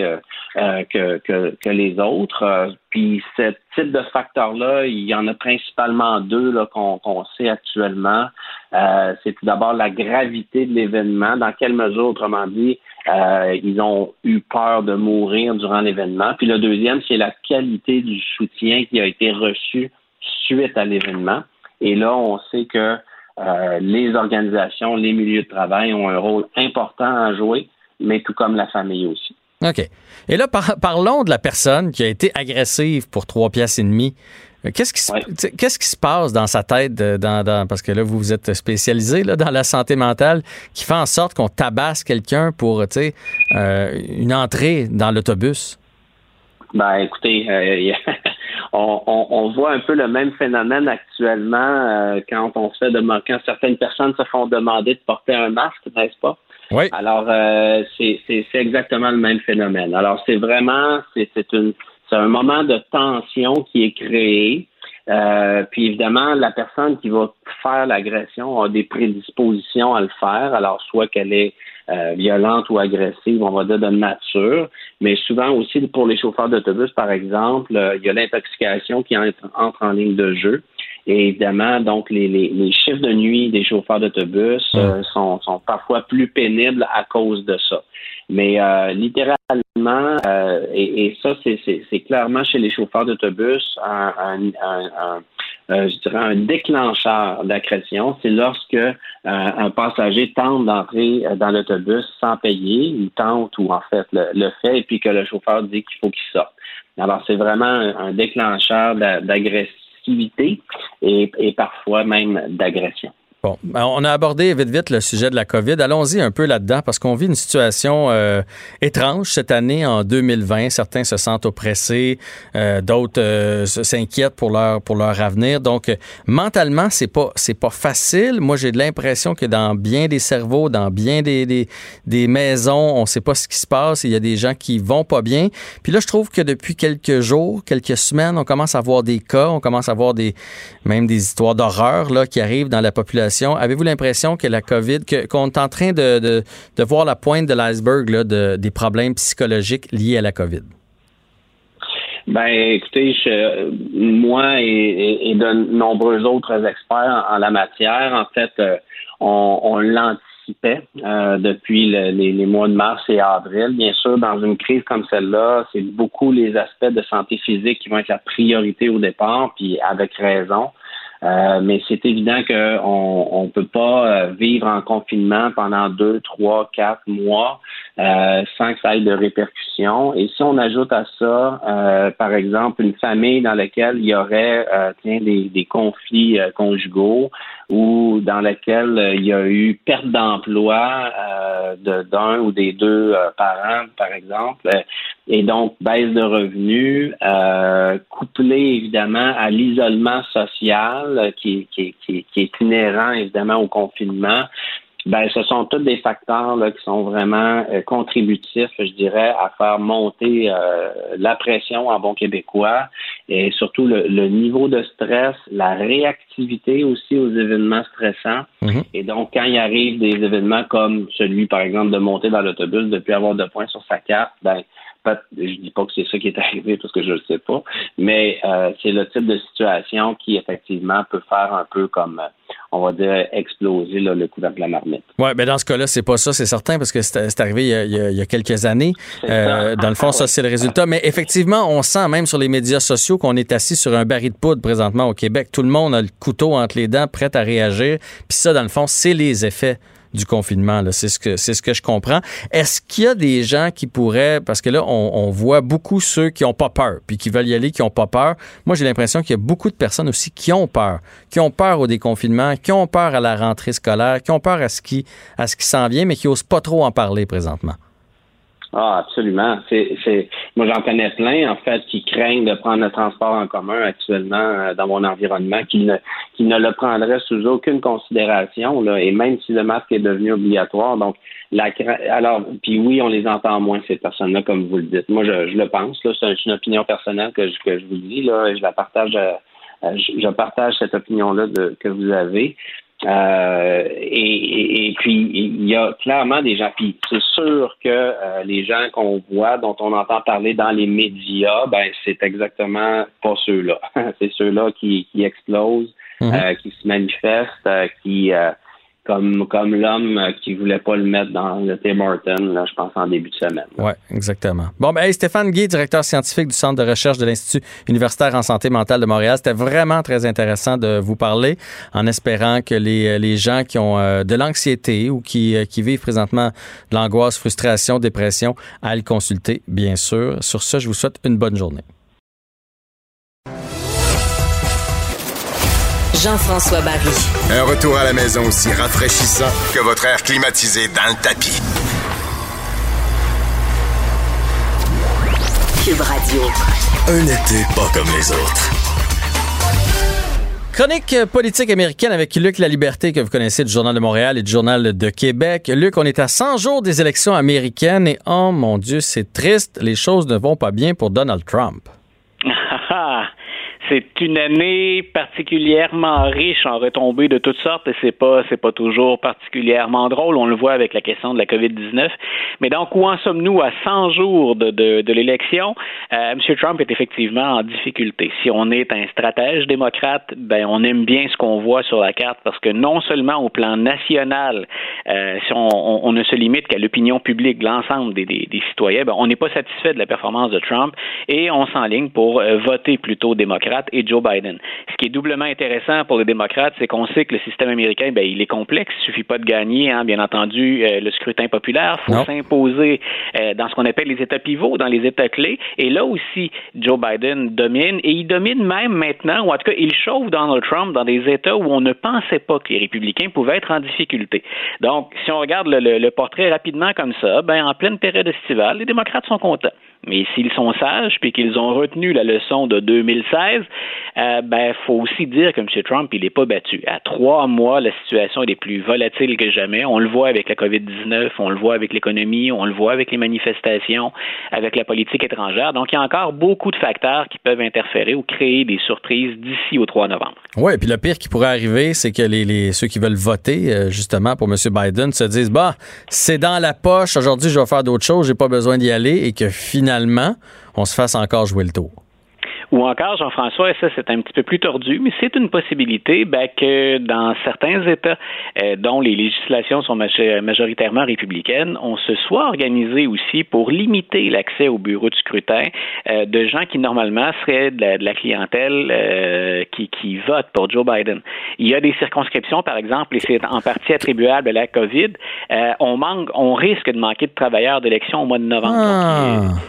que les autres. Puis ce type de facteurs-là, il y en a principalement deux là, qu'on sait actuellement. C'est tout d'abord la gravité de l'événement, dans quelle mesure, autrement dit, ils ont eu peur de mourir durant l'événement. Puis le deuxième, c'est la qualité du soutien qui a été reçu suite à l'événement. Et là, on sait que les organisations, les milieux de travail ont un rôle important à jouer, mais tout comme la famille aussi. OK. Et là, parlons de la personne qui a été agressive pour 3,5 piastres. Qu'est-ce qui se passe dans sa tête, parce que là, vous êtes spécialisé là, dans la santé mentale, qui fait en sorte qu'on tabasse quelqu'un pour une entrée dans l'autobus? Ben, écoutez, on voit un peu le même phénomène actuellement quand certaines personnes se font demander de porter un masque, n'est-ce pas? Oui. Alors, c'est exactement le même phénomène. Alors, c'est un moment de tension qui est créé. Puis évidemment, la personne qui va faire l'agression a des prédispositions à le faire. Alors, soit qu'elle est violente ou agressive, on va dire de nature, mais souvent aussi pour les chauffeurs d'autobus, par exemple, il y a l'intoxication qui entre en ligne de jeu. Et évidemment, donc, les chiffres de nuit des chauffeurs d'autobus sont parfois plus pénibles à cause de ça. Mais littéralement, et ça, c'est clairement chez les chauffeurs d'autobus je dirais un déclencheur d'agression. C'est lorsque un passager tente d'entrer dans l'autobus sans payer, il tente ou en fait le fait, et puis que le chauffeur dit qu'il faut qu'il sorte. Alors, c'est vraiment un déclencheur d'agressivité et parfois même d'agression. Bon, on a abordé vite le sujet de la COVID. Allons-y un peu là-dedans parce qu'on vit une situation étrange cette année en 2020. Certains se sentent oppressés, d'autres s'inquiètent pour leur avenir. Donc, mentalement, c'est pas facile. Moi, j'ai de l'impression que dans bien des cerveaux, dans bien des maisons, on sait pas ce qui se passe. Il y a des gens qui vont pas bien. Puis là, je trouve que depuis quelques jours, quelques semaines, on commence à voir des cas, on commence à voir même des histoires d'horreur là qui arrivent dans la population. Avez-vous l'impression que la COVID, qu'on est en train de voir la pointe de l'iceberg là, des problèmes psychologiques liés à la COVID? Ben, écoutez, moi et de nombreux autres experts en la matière, en fait, on l'anticipait depuis les mois de mars et avril. Bien sûr, dans une crise comme celle-là, c'est beaucoup les aspects de santé physique qui vont être la priorité au départ, puis avec raison. Mais c'est évident qu'on peut pas vivre en confinement pendant 2, 3, 4 mois sans que ça ait de répercussions. Et si on ajoute à ça, par exemple, une famille dans laquelle il y aurait des conflits conjugaux ou dans laquelle il y a eu perte d'emploi d'un ou des deux parents, par exemple, Et donc, baisse de revenus, couplée évidemment à l'isolement social qui est inhérent évidemment au confinement. Ben, ce sont tous des facteurs là, qui sont vraiment contributifs, je dirais, à faire monter la pression en bon québécois et surtout le niveau de stress, la réactivité aussi aux événements stressants. Mm-hmm. Et donc, quand il arrive des événements comme celui, par exemple, de monter dans l'autobus, de plus avoir de points sur sa carte, ben je dis pas que c'est ça qui est arrivé parce que je le sais pas, mais c'est le type de situation qui effectivement peut faire un peu comme on va dire exploser là, le couvercle de la marmite. Oui, mais dans ce cas-là, c'est pas ça, c'est certain, parce que c'est arrivé il y a quelques années. Dans le fond, ça, c'est le résultat. Mais effectivement, on sent même sur les médias sociaux qu'on est assis sur un baril de poudre présentement au Québec. Tout le monde a le couteau entre les dents, prêt à réagir. Puis ça, dans le fond, c'est les effets du confinement, là. C'est ce que je comprends. Est-ce qu'il y a des gens qui pourraient, parce que là, on voit beaucoup ceux qui n'ont pas peur, puis qui veulent y aller, qui n'ont pas peur. Moi, j'ai l'impression qu'il y a beaucoup de personnes aussi qui ont peur au déconfinement, qui ont peur à la rentrée scolaire, qui ont peur à ce qui s'en vient, mais qui n'osent pas trop en parler présentement. Ah, absolument. Moi, j'en connais plein, en fait, qui craignent de prendre le transport en commun actuellement dans mon environnement, qui ne le prendraient sous aucune considération, là, et même si le masque est devenu obligatoire. Donc, alors, puis oui, on les entend moins, ces personnes-là, comme vous le dites. Moi, je le pense, là, c'est une opinion personnelle que je vous dis, là, et je la partage, je partage cette opinion-là que vous avez. Et puis il y a clairement des gens, puis c'est sûr que les gens qu'on voit, dont on entend parler dans les médias, ben c'est exactement pas ceux-là. C'est ceux-là qui explosent, qui se manifestent, qui comme l'homme qui voulait pas le mettre dans le Tim Hortons, là, je pense, en début de semaine. Oui, exactement. Bon, ben, hey, Stéphane Guy, directeur scientifique du Centre de recherche de l'Institut universitaire en santé mentale de Montréal. C'était vraiment très intéressant de vous parler, en espérant que les gens qui ont de l'anxiété ou qui vivent présentement de l'angoisse, frustration, dépression, aillent le consulter, bien sûr. Sur ce, je vous souhaite une bonne journée. Jean-François Barry. Un retour à la maison aussi rafraîchissant que votre air climatisé dans le tapis. Cube Radio. Un été pas comme les autres. Chronique politique américaine avec Luc Laliberté, que vous connaissez du Journal de Montréal et du Journal de Québec. Luc, on est à 100 jours des élections américaines et, oh mon Dieu, c'est triste, les choses ne vont pas bien pour Donald Trump. C'est une année particulièrement riche en retombées de toutes sortes et c'est pas toujours particulièrement drôle. On le voit avec la question de la COVID-19. Mais donc, où en sommes-nous à 100 jours de l'élection? M. Trump est effectivement en difficulté. Si on est un stratège démocrate, ben on aime bien ce qu'on voit sur la carte parce que non seulement au plan national, si on ne se limite qu'à l'opinion publique, l'ensemble des citoyens, ben on n'est pas satisfait de la performance de Trump et on s'enligne pour voter plutôt démocrate et Joe Biden. Ce qui est doublement intéressant pour les démocrates, c'est qu'on sait que le système américain, ben, il est complexe. Il suffit pas de gagner, hein, bien entendu, le scrutin populaire. Il faut s'imposer dans ce qu'on appelle les États pivots, dans les États clés. Et là aussi, Joe Biden domine. Et il domine même maintenant, ou en tout cas, il chauffe Donald Trump dans des États où on ne pensait pas que les républicains pouvaient être en difficulté. Donc, si on regarde le portrait rapidement comme ça, ben, en pleine période estivale, les démocrates sont contents. Mais s'ils sont sages puis qu'ils ont retenu la leçon de 2016, ben faut aussi dire que M. Trump, il n'est pas battu. À 3 mois, la situation est plus volatile que jamais. On le voit avec la COVID-19, on le voit avec l'économie, on le voit avec les manifestations, avec la politique étrangère. Donc, il y a encore beaucoup de facteurs qui peuvent interférer ou créer des surprises d'ici au 3 novembre. Oui, et puis le pire qui pourrait arriver, c'est que ceux qui veulent voter, justement, pour M. Biden, se disent, bah, c'est dans la poche, aujourd'hui, je vais faire d'autres choses, j'ai pas besoin d'y aller, et que finalement, on se fasse encore jouer le tour. Ou encore, Jean-François, et ça, c'est un petit peu plus tordu, mais c'est une possibilité que dans certains États dont les législations sont majoritairement républicaines, on se soit organisé aussi pour limiter l'accès au bureau de scrutin de gens qui, normalement, seraient de la clientèle qui vote pour Joe Biden. Il y a des circonscriptions, par exemple, et c'est en partie attribuable à la COVID, on risque de manquer de travailleurs d'élection au mois de novembre. Donc,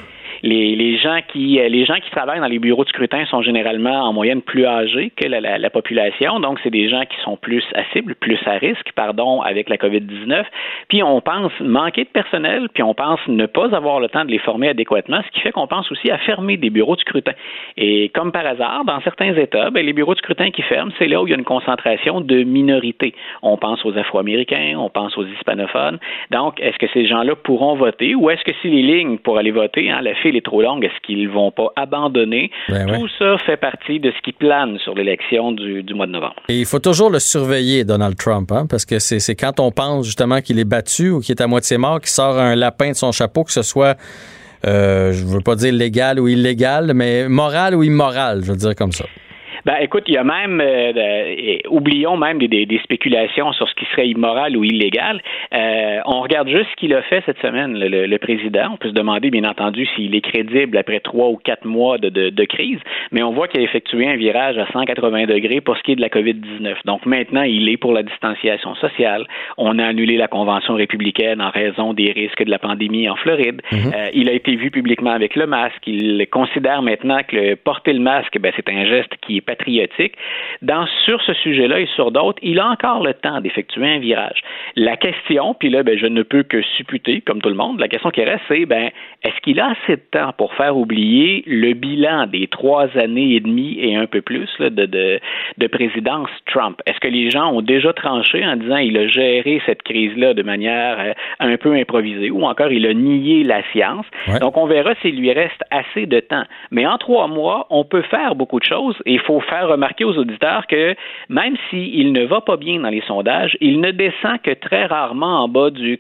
les gens qui travaillent dans les bureaux de scrutin sont généralement en moyenne plus âgés que la population. Donc, c'est des gens qui sont plus à cible, plus à risque, avec la COVID-19. Puis, on pense manquer de personnel, puis on pense ne pas avoir le temps de les former adéquatement, ce qui fait qu'on pense aussi à fermer des bureaux de scrutin. Et comme par hasard, dans certains États, les bureaux de scrutin qui ferment, c'est là où il y a une concentration de minorités. On pense aux Afro-Américains, on pense aux hispanophones. Donc, est-ce que ces gens-là pourront voter ou est-ce que si les lignes pour aller voter, la file est trop longue, est-ce qu'ils vont pas abandonner? Tout ça fait partie de ce qui plane sur l'élection du mois de novembre. Et il faut toujours le surveiller, Donald Trump, parce que c'est quand on pense justement qu'il est battu ou qu'il est à moitié mort, qu'il sort un lapin de son chapeau, que ce soit, je veux pas dire légal ou illégal, mais moral ou immoral, je veux dire comme ça. Écoute, il y a même, oublions même des spéculations sur ce qui serait immoral ou illégal. On regarde juste ce qu'il a fait cette semaine, le président. On peut se demander, bien entendu, s'il est crédible après 3 ou 4 mois de crise, mais on voit qu'il a effectué un virage à 180 degrés pour ce qui est de la COVID-19. Donc maintenant, il est pour la distanciation sociale. On a annulé la convention républicaine en raison des risques de la pandémie en Floride. Il a été vu publiquement avec le masque. Il considère maintenant que porter le masque, c'est un geste qui est patriotique. Sur ce sujet-là et sur d'autres, il a encore le temps d'effectuer un virage. La question, puis là, je ne peux que supputer, comme tout le monde, la question qui reste, c'est, est-ce qu'il a assez de temps pour faire oublier le bilan des 3 années et demie et un peu plus de présidence Trump? Est-ce que les gens ont déjà tranché en disant il a géré cette crise-là de manière un peu improvisée ou encore il a nié la science? Ouais. Donc, on verra s'il lui reste assez de temps. Mais en 3 mois, on peut faire beaucoup de choses et il faut faire remarquer aux auditeurs que même s'il ne va pas bien dans les sondages, il ne descend que très rarement en bas du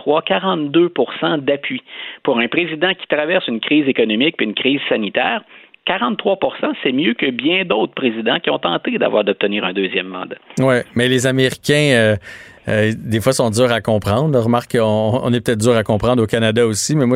43-42% d'appui. Pour un président qui traverse une crise économique et une crise sanitaire, 43%, c'est mieux que bien d'autres présidents qui ont tenté d'obtenir un deuxième mandat. Oui, mais les Américains, des fois, sont durs à comprendre. Remarque qu'on est peut-être dur à comprendre au Canada aussi, mais moi,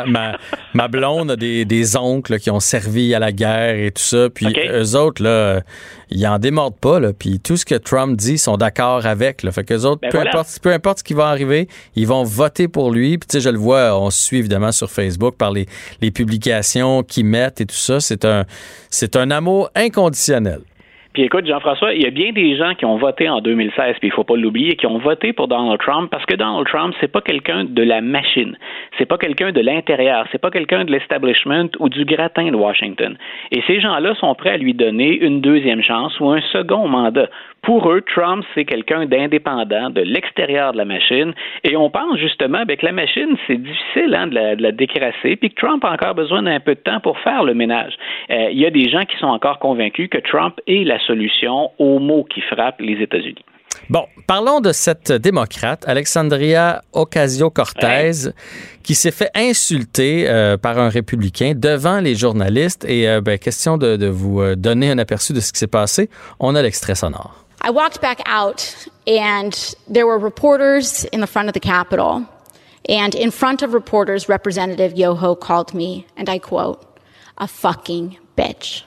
ma blonde a des oncles qui ont servi à la guerre et tout ça, puis eux autres, là, ils en démordent pas, là, puis tout ce que Trump dit, ils sont d'accord avec, là. Fait qu'eux autres, peu importe ce qui va arriver, ils vont voter pour lui, puis tu sais, je le vois, on se suit évidemment sur Facebook par les publications qu'ils mettent et tout ça. C'est un amour inconditionnel. Puis écoute, Jean-François, il y a bien des gens qui ont voté en 2016, puis il faut pas l'oublier, qui ont voté pour Donald Trump parce que Donald Trump, c'est pas quelqu'un de la machine, c'est pas quelqu'un de l'intérieur, c'est pas quelqu'un de l'establishment ou du gratin de Washington. Et ces gens-là sont prêts à lui donner une deuxième chance ou un second mandat. Pour eux, Trump, c'est quelqu'un d'indépendant, de l'extérieur de la machine. Et on pense justement que la machine, c'est difficile de la décrasser, puis que Trump a encore besoin d'un peu de temps pour faire le ménage. Il y a des gens qui sont encore convaincus que Trump est la solution aux maux qui frappent les États-Unis. Bon, parlons de cette démocrate, Alexandria Ocasio-Cortez, qui s'est fait insulter par un républicain devant les journalistes. Et question de vous donner un aperçu de ce qui s'est passé. On a l'extrait sonore. I walked back out, and there were reporters in the front of the Capitol. And in front of reporters, Representative Yoho called me, and I quote, a fucking bitch.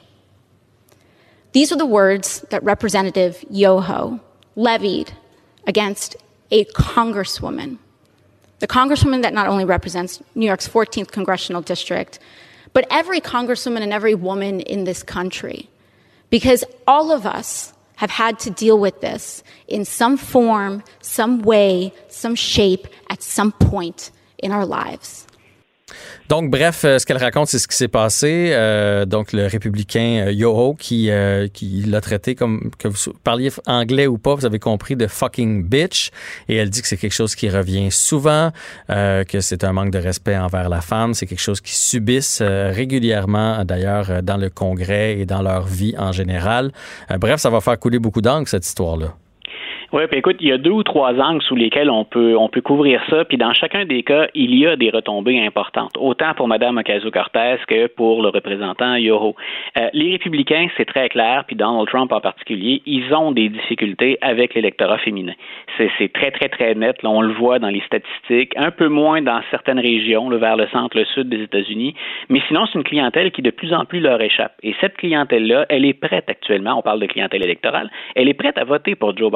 These are the words that Representative Yoho levied against a congresswoman. The congresswoman that not only represents New York's 14th congressional district, but every congresswoman and every woman in this country. Because all of us have had to deal with this in some form, some way, some shape, at some point in our lives. Donc, bref, ce qu'elle raconte, c'est ce qui s'est passé. Donc, le républicain Yoho qui l'a traité comme, que vous parliez anglais ou pas, vous avez compris, de fucking bitch. Et elle dit que c'est quelque chose qui revient souvent, que c'est un manque de respect envers la femme. C'est quelque chose qu'ils subissent régulièrement, d'ailleurs, dans le Congrès et dans leur vie en général. Bref, ça va faire couler beaucoup d'encre, cette histoire-là. Oui, puis écoute, il y a 2 ou 3 angles sous lesquels on peut couvrir ça, puis dans chacun des cas, il y a des retombées importantes, autant pour Mme Ocasio-Cortez que pour le représentant Yoho. Les républicains, c'est très clair, puis Donald Trump en particulier, ils ont des difficultés avec l'électorat féminin. C'est très, très, très net, là, on le voit dans les statistiques, un peu moins dans certaines régions, là, vers le centre, le sud des États-Unis, mais sinon, c'est une clientèle qui de plus en plus leur échappe. Et cette clientèle-là, elle est prête actuellement, on parle de clientèle électorale, elle est prête à voter pour Joe Biden.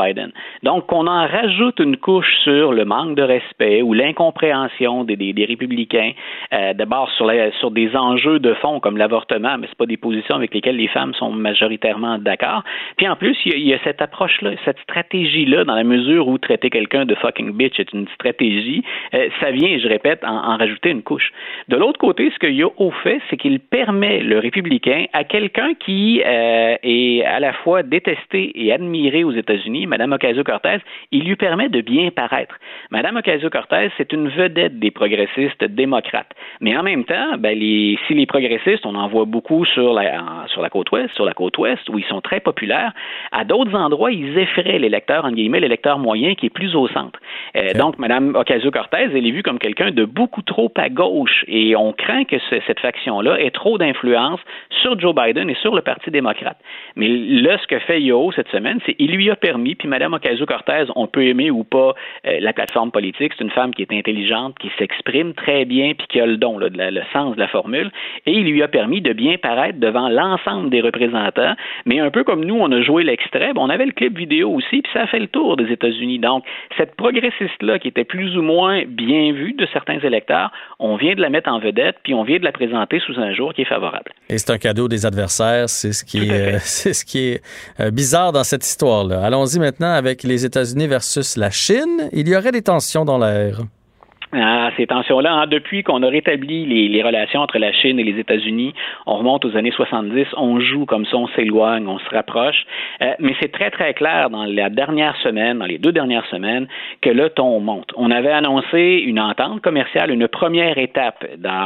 Donc, qu'on en rajoute une couche sur le manque de respect ou l'incompréhension des républicains, d'abord sur des enjeux de fond comme l'avortement, mais c'est pas des positions avec lesquelles les femmes sont majoritairement d'accord. Puis en plus, il y a cette approche-là, cette stratégie-là, dans la mesure où traiter quelqu'un de fucking bitch est une stratégie, ça vient, je répète, en rajouter une couche. De l'autre côté, ce que Yoho fait, c'est qu'il permet le républicain à quelqu'un qui est à la fois détesté et admiré aux États-Unis, Mme Ocasio-Cortez, il lui permet de bien paraître. Mme Ocasio-Cortez, c'est une vedette des progressistes démocrates. Mais en même temps, si les progressistes, on en voit beaucoup sur la côte ouest, où ils sont très populaires, à d'autres endroits, ils effraient l'électeur, entre guillemets, l'électeur moyen qui est plus au centre. Donc, Mme Ocasio-Cortez, elle est vue comme quelqu'un de beaucoup trop à gauche et on craint que cette faction-là ait trop d'influence sur Joe Biden et sur le Parti démocrate. Mais là, ce que fait Yoho cette semaine, c'est qu'il lui a permis, puis Mme Ocasio-Cortez, on peut aimer ou pas la plateforme politique, c'est une femme qui est intelligente, qui s'exprime très bien, puis qui a le don, le sens de la formule, et il lui a permis de bien paraître devant l'ensemble des représentants, mais un peu comme nous, on a joué l'extrait, on avait le clip vidéo aussi, puis ça a fait le tour des États-Unis. Donc, cette progressiste-là, qui était plus ou moins bien vue de certains électeurs, on vient de la mettre en vedette, puis on vient de la présenter sous un jour qui est favorable. Et c'est un cadeau des adversaires, c'est ce qui est bizarre dans cette histoire-là. Allons-y maintenant avec les États-Unis versus la Chine. Il y aurait des tensions dans l'air. Ces tensions-là, depuis qu'on a rétabli les relations entre la Chine et les États-Unis, on remonte aux années 70, on joue comme ça, on s'éloigne, on se rapproche, mais c'est très, très clair dans les 2 dernières semaines, que le ton monte. On avait annoncé une entente commerciale, une première étape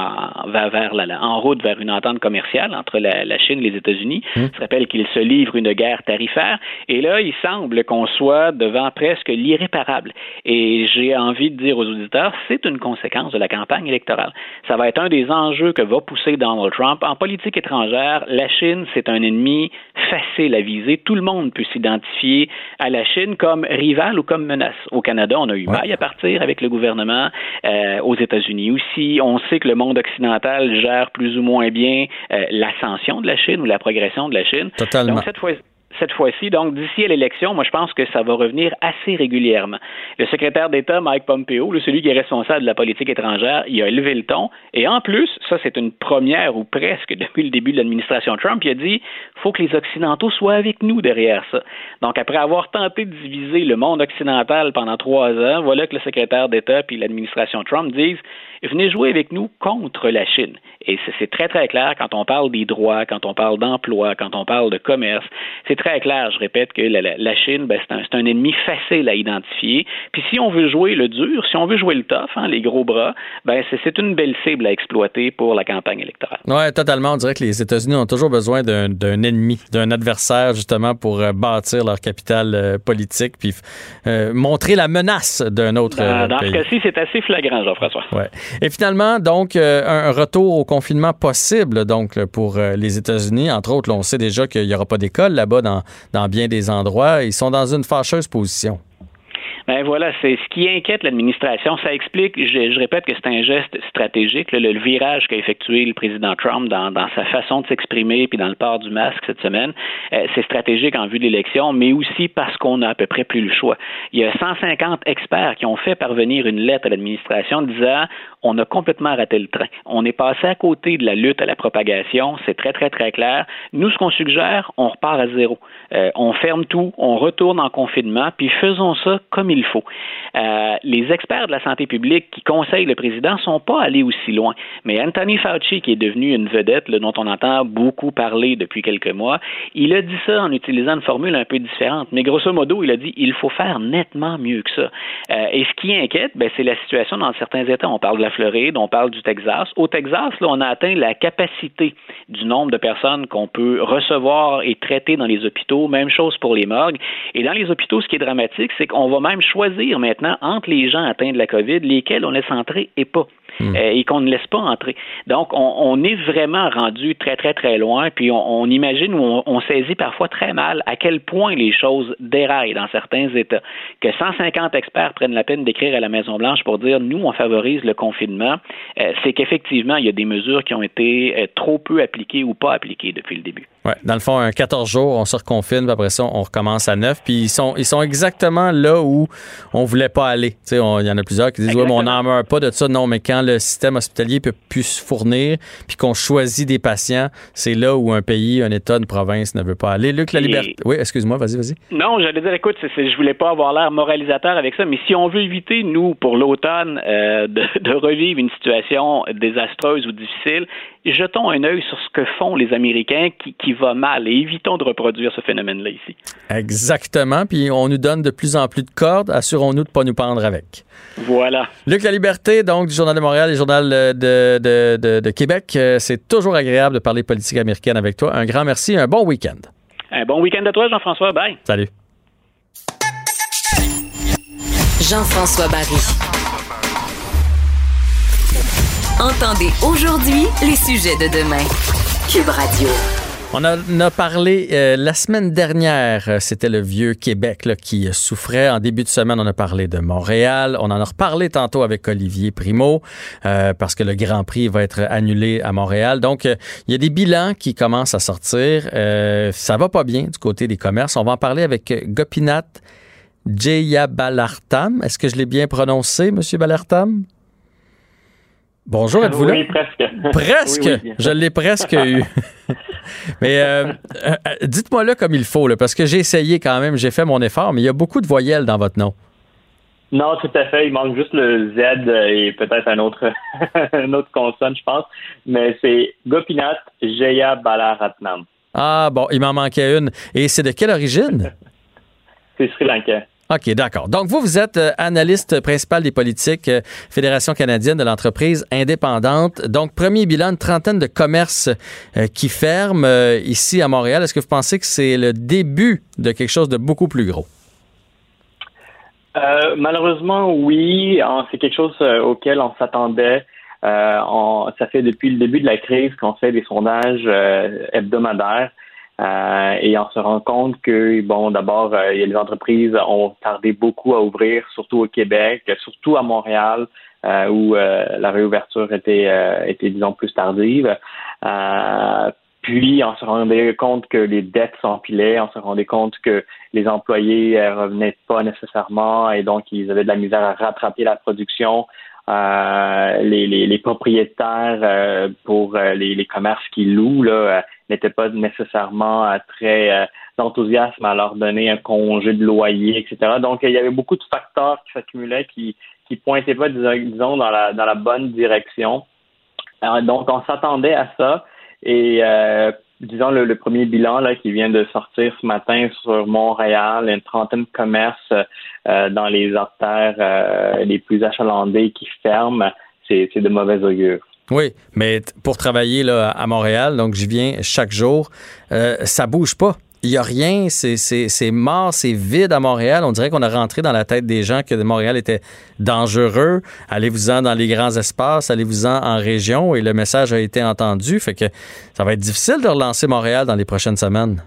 en route vers une entente commerciale entre la Chine et les États-Unis. Je rappelle qu'ils se livrent une guerre tarifaire, et là, il semble qu'on soit devant presque l'irréparable. Et j'ai envie de dire aux auditeurs, c'est une conséquence de la campagne électorale. Ça va être un des enjeux que va pousser Donald Trump. En politique étrangère, la Chine, c'est un ennemi facile à viser. Tout le monde peut s'identifier à la Chine comme rival ou comme menace. Au Canada, on a eu maille à partir avec le gouvernement. Aux États-Unis aussi, on sait que le monde occidental gère plus ou moins bien l'ascension de la Chine ou la progression de la Chine. Totalement. Donc, cette fois-ci, donc d'ici à l'élection, moi je pense que ça va revenir assez régulièrement. Le secrétaire d'État, Mike Pompeo, celui qui est responsable de la politique étrangère, il a élevé le ton. Et en plus, ça c'est une première ou presque depuis le début de l'administration Trump, il a dit « faut que les Occidentaux soient avec nous derrière ça ». Donc après avoir tenté de diviser le monde occidental pendant 3 ans, voilà que le secrétaire d'État puis l'administration Trump disent « venez jouer avec nous contre la Chine ». Et c'est très, très clair quand on parle des droits, quand on parle d'emploi, quand on parle de commerce. C'est très clair, je répète, que la Chine, c'est un ennemi facile à identifier. Puis si on veut jouer le dur, si on veut jouer le tough, les gros bras, c'est une belle cible à exploiter pour la campagne électorale. Oui, totalement. On dirait que les États-Unis ont toujours besoin d'un ennemi, d'un adversaire, justement, pour bâtir leur capital politique puis montrer la menace d'un autre pays. Dans ce cas-ci, c'est assez flagrant, Jean-François. Ouais. Et finalement, donc, un retour au confinement possible donc pour les États-Unis. Entre autres, là, on sait déjà qu'il n'y aura pas d'école là-bas dans bien des endroits. Ils sont dans une fâcheuse position. Ben voilà, c'est ce qui inquiète l'administration. Ça explique, je répète que c'est un geste stratégique, le virage qu'a effectué le président Trump dans sa façon de s'exprimer puis dans le port du masque cette semaine. C'est stratégique en vue de l'élection, mais aussi parce qu'on a à peu près plus le choix. Il y a 150 experts qui ont fait parvenir une lettre à l'administration disant on a complètement raté le train. On est passé à côté de la lutte à la propagation. C'est très, très, très clair. Nous, ce qu'on suggère, on repart à zéro. On ferme tout, on retourne en confinement, puis faisons ça comme il faut. Les experts de la santé publique qui conseillent le président sont pas allés aussi loin. Mais Anthony Fauci, qui est devenu une vedette dont on entend beaucoup parler depuis quelques mois, il a dit ça en utilisant une formule un peu différente. Mais grosso modo, il a dit il faut faire nettement mieux que ça. Et ce qui inquiète, c'est la situation dans certains États. On parle de la Floride, on parle du Texas. Au Texas, là, on a atteint la capacité du nombre de personnes qu'on peut recevoir et traiter dans les hôpitaux. Même chose pour les morgues. Et dans les hôpitaux, ce qui est dramatique, c'est qu'on va même choisir maintenant entre les gens atteints de la COVID, lesquels on laisse entrer et pas. Et qu'on ne laisse pas entrer. Donc, on est vraiment rendu très, très, très loin, puis on imagine ou on saisit parfois très mal à quel point les choses déraillent dans certains États. Que 150 experts prennent la peine d'écrire à la Maison-Blanche pour dire « nous, on favorise le confinement », c'est qu'effectivement, il y a des mesures qui ont été trop peu appliquées ou pas appliquées depuis le début. Ouais, dans le fond, un 14 jours, on se reconfine, puis après ça, on recommence à 9. Puis ils sont exactement là où on voulait pas aller. Tu sais, il y en a plusieurs qui disent ouais, mais on n'en meurt pas de ça. Non, mais quand le système hospitalier peut plus se fournir, puis qu'on choisit des patients, c'est là où un pays, un État, une province ne veut pas aller. Luc, la liberté. Oui, excuse-moi, vas-y. Non, j'allais dire, écoute, je voulais pas avoir l'air moralisateur avec ça, mais si on veut éviter, nous, pour l'automne, de revivre une situation désastreuse ou difficile, jetons un œil sur ce que font les Américains qui va mal et évitons de reproduire ce phénomène-là ici. Exactement. Puis on nous donne de plus en plus de cordes. Assurons-nous de ne pas nous pendre avec. Voilà. Luc La Liberté, donc du Journal de Montréal et Journal de Québec. C'est toujours agréable de parler politique américaine avec toi. Un grand merci. Un bon week-end. Un bon week-end à toi, Jean-François. Bye. Salut. Jean-François Barry. Entendez aujourd'hui les sujets de demain. Cube Radio. On a parlé la semaine dernière, c'était le vieux Québec là, qui souffrait. En début de semaine, on a parlé de Montréal. On en a reparlé tantôt avec Olivier Primo parce que le Grand Prix va être annulé à Montréal. Donc, il y a des bilans qui commencent à sortir. Ça va pas bien du côté des commerces. On va en parler avec Gopinath Jeyabalartam. Est-ce que je l'ai bien prononcé, M. Balartam? Bonjour, êtes-vous là? Oui, presque. Presque? Oui. Je l'ai presque eu. Mais dites-moi-le comme il faut, là, parce que j'ai essayé quand même, j'ai fait mon effort, mais il y a beaucoup de voyelles dans votre nom. Non, tout à fait. Il manque juste le Z et peut-être un autre consonne, je pense. Mais c'est Gopinath Jeyabalartam. Ah bon, il m'en manquait une. Et c'est de quelle origine? C'est Sri Lankais. OK, d'accord. Donc, vous êtes analyste principal des politiques Fédération canadienne de l'entreprise indépendante. Donc, premier bilan, une trentaine de commerces qui ferment ici à Montréal. Est-ce que vous pensez que c'est le début de quelque chose de beaucoup plus gros? Malheureusement, oui. C'est quelque chose auquel on s'attendait. Ça fait depuis le début de la crise qu'on fait des sondages hebdomadaires. Et on se rend compte que, bon, d'abord, les entreprises ont tardé beaucoup à ouvrir, surtout au Québec, surtout à Montréal, où la réouverture était, disons, plus tardive. Puis, on se rendait compte que les dettes s'empilaient, on se rendait compte que les employés revenaient pas nécessairement et donc ils avaient de la misère à rattraper la production. Les propriétaires pour les commerces qui louent là n'étaient pas nécessairement très enthousiastes à leur donner un congé de loyer, etc. Donc il y avait beaucoup de facteurs qui s'accumulaient qui pointaient pas, disons, dans la bonne direction. Donc on s'attendait à ça et disons le premier bilan là qui vient de sortir ce matin sur Montréal, une trentaine de commerces dans les artères les plus achalandés qui ferment, c'est de mauvais augure. Oui, mais pour travailler là à Montréal, donc j'y viens chaque jour, ça bouge pas. Il n'y a rien, c'est mort, c'est vide à Montréal. On dirait qu'on a rentré dans la tête des gens que Montréal était dangereux. Allez-vous-en dans les grands espaces, allez-vous-en en région. Et le message a été entendu. Fait que ça va être difficile de relancer Montréal dans les prochaines semaines.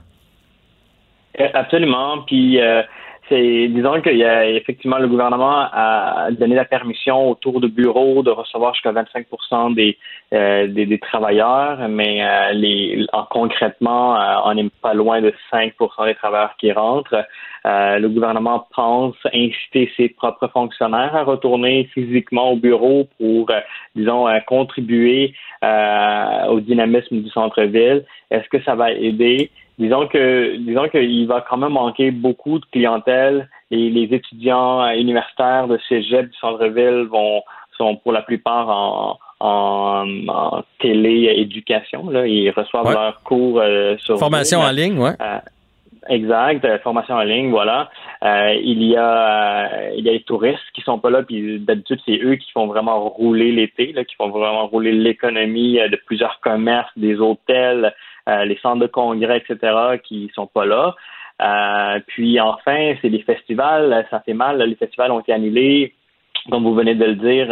Absolument. Puis, disons qu'il y a effectivement le gouvernement a donné la permission au tour de bureau de recevoir jusqu'à 25% des travailleurs, mais concrètement, on n'est pas loin de 5% des travailleurs qui rentrent. Le gouvernement pense inciter ses propres fonctionnaires à retourner physiquement au bureau pour, disons, contribuer au dynamisme du centre-ville. Est-ce que ça va aider? Disons qu'il va quand même manquer beaucoup de clientèle. Les étudiants universitaires de cégep du centre-ville sont pour la plupart en télééducation. Là, ils reçoivent leurs cours sur formation en ligne, ouais. Exact, formation en ligne, voilà. Il y a les touristes qui sont pas là, puis d'habitude c'est eux qui font vraiment rouler l'été, là, qui font vraiment rouler l'économie de plusieurs commerces, des hôtels, les centres de congrès, etc., qui sont pas là. Puis enfin, c'est les festivals, ça fait mal. Les festivals ont été annulés, comme vous venez de le dire.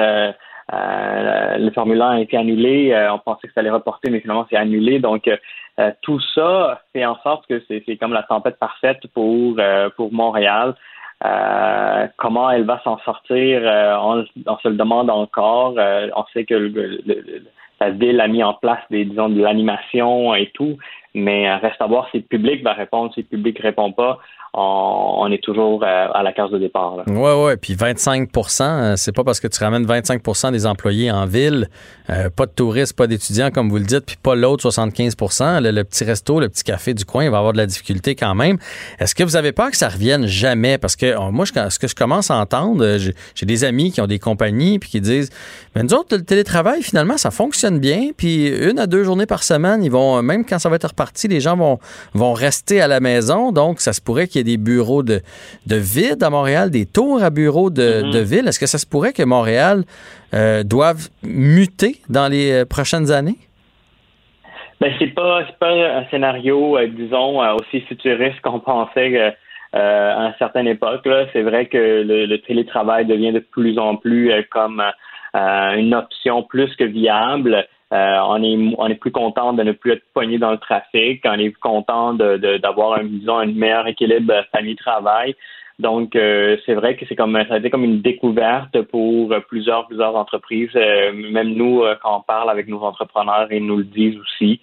Le Formule 1 a été annulé. On pensait que ça allait reporter, mais finalement c'est annulé. Donc tout ça fait en sorte que c'est comme la tempête parfaite pour Montréal. Comment elle va s'en sortir, on se le demande encore. On sait que la ville a mis en place de l'animation et tout, mais reste à voir si le public va répondre. Si le public répond pas, on est toujours à la case de départ. Oui. Puis 25 %, c'est pas parce que tu ramènes 25 % des employés en ville, pas de touristes, pas d'étudiants, comme vous le dites, puis pas l'autre 75 %. Le petit resto, le petit café du coin, il va avoir de la difficulté quand même. Est-ce que vous avez peur que ça revienne jamais? Parce que moi, ce que je commence à entendre, j'ai des amis qui ont des compagnies puis qui disent, mais nous autres, le télétravail, finalement, ça fonctionne bien. Puis 1 à 2 journées par semaine, ils vont, même quand ça va être reparti, les gens vont rester à la maison. Donc, ça se pourrait qu'il y ait des bureaux de vide à Montréal, des tours à bureaux de ville. Est-ce que ça se pourrait que Montréal doive muter dans les prochaines années? Ben, c'est pas un scénario, disons, aussi futuriste qu'on pensait à une certaine époque. Là. C'est vrai que le télétravail devient de plus en plus comme une option plus que viable. On est plus content de ne plus être pogné dans le trafic. On est content d'avoir un meilleur équilibre famille-travail. Donc, c'est vrai que ça a été comme une découverte pour plusieurs entreprises. Même nous, quand on parle avec nos entrepreneurs, ils nous le disent aussi.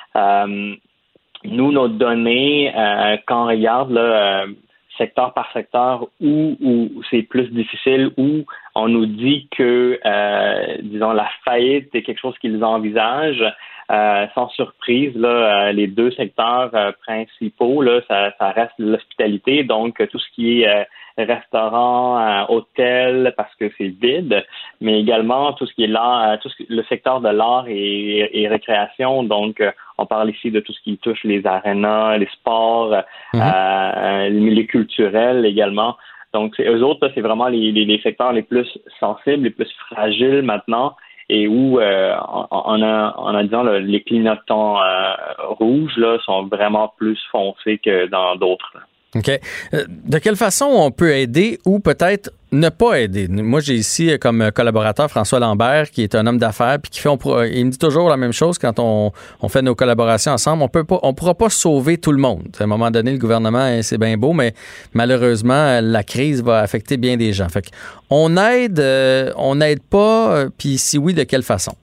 Nous, nos données, quand on regarde là, secteur par secteur où c'est plus difficile, où on nous dit que, disons, la faillite est quelque chose qu'ils envisagent. Sans surprise, là, les 2 secteurs principaux, là, ça reste l'hospitalité, donc tout ce qui est restaurant, hôtel, parce que c'est vide, mais également tout ce qui est l'art, le secteur de l'art et récréation. Donc, on parle ici de tout ce qui touche les arénas, les sports, les milieux culturels également. Donc, eux autres, là, c'est vraiment les secteurs les plus sensibles, les plus fragiles maintenant. Et où on a disons, les clignotants rouges là, sont vraiment plus foncés que dans d'autres. Là. OK. De quelle façon on peut aider ou peut-être ne pas aider? Moi, j'ai ici comme collaborateur François Lambert, qui est un homme d'affaires, puis il me dit toujours la même chose quand on fait nos collaborations ensemble. On pourra pas sauver tout le monde. À un moment donné, le gouvernement, c'est bien beau, mais malheureusement, la crise va affecter bien des gens. Fait qu'on on n'aide pas, puis si oui, de quelle façon?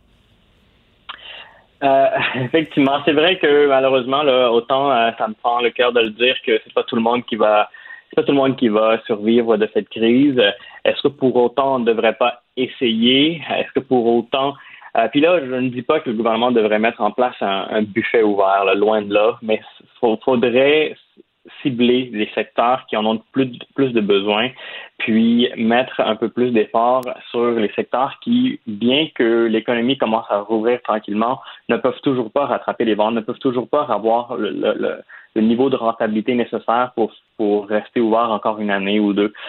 Effectivement, c'est vrai que malheureusement, là, autant ça me prend le cœur de le dire que c'est pas tout le monde qui va survivre de cette crise. Est-ce que pour autant on ne devrait pas essayer? Est-ce que pour autant puis là, je ne dis pas que le gouvernement devrait mettre en place un buffet ouvert, là, loin de là, mais faudrait cibler les secteurs qui en ont plus de besoins, puis mettre un peu plus d'efforts sur les secteurs qui, bien que l'économie commence à rouvrir tranquillement, ne peuvent toujours pas rattraper les ventes, ne peuvent toujours pas avoir le niveau de rentabilité nécessaire pour rester ouvert encore une année ou deux.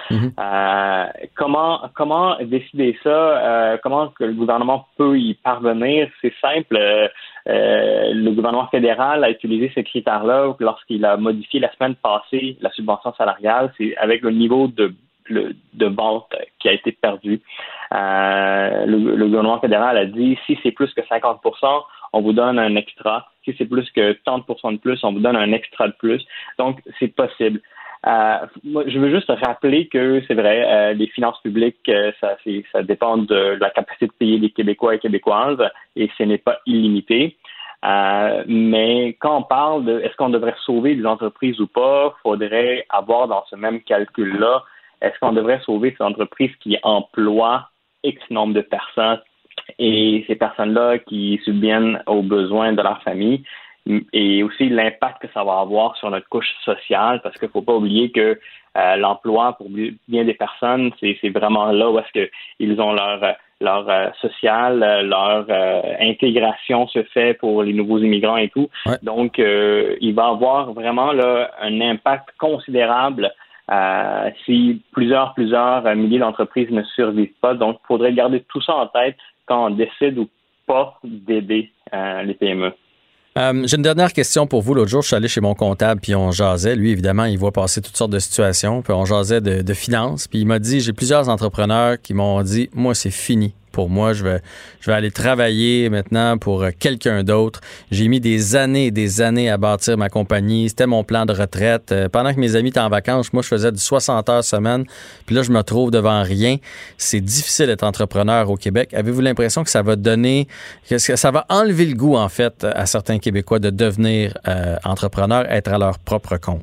Comment décider ça? Comment que le gouvernement peut y parvenir? C'est simple. Le gouvernement fédéral a utilisé ces critères-là lorsqu'il a modifié la semaine passée la subvention salariale. C'est avec le niveau de vente qui a été perdu. Le gouvernement fédéral a dit si c'est plus que 50%, on vous donne un extra. Si c'est plus que 30% de plus, on vous donne un extra de plus. Donc, c'est possible. Moi, je veux juste rappeler que c'est vrai, les finances publiques, ça dépend de la capacité de payer les Québécois et Québécoises, et ce n'est pas illimité. Mais quand on parle de est-ce qu'on devrait sauver des entreprises ou pas, faudrait avoir dans ce même calcul-là, est-ce qu'on devrait sauver ces entreprises qui emploient X nombre de personnes et ces personnes-là qui subviennent aux besoins de leur famille, et aussi l'impact que ça va avoir sur notre couche sociale, parce qu'il ne faut pas oublier que l'emploi pour bien des personnes, c'est vraiment là où est-ce qu'ils ont leur social, leur intégration se fait pour les nouveaux immigrants et tout. Ouais. Donc, il va avoir vraiment là un impact considérable si plusieurs milliers d'entreprises ne survivent pas. Donc, il faudrait garder tout ça en tête quand on décide ou pas d'aider les PME. J'ai une dernière question pour vous. L'autre jour, je suis allé chez mon comptable, puis on jasait. Lui, évidemment, il voit passer toutes sortes de situations, puis on jasait de finances. Puis il m'a dit, j'ai plusieurs entrepreneurs qui m'ont dit, moi, c'est fini pour moi. Je vais aller travailler maintenant pour quelqu'un d'autre. J'ai mis des années à bâtir ma compagnie. C'était mon plan de retraite. Pendant que mes amis étaient en vacances, moi, je faisais du 60 heures semaine. Puis là, je me trouve devant rien. C'est difficile d'être entrepreneur au Québec. Avez-vous l'impression que ça va ça va enlever le goût, en fait, à certains Québécois de devenir entrepreneurs, être à leur propre compte?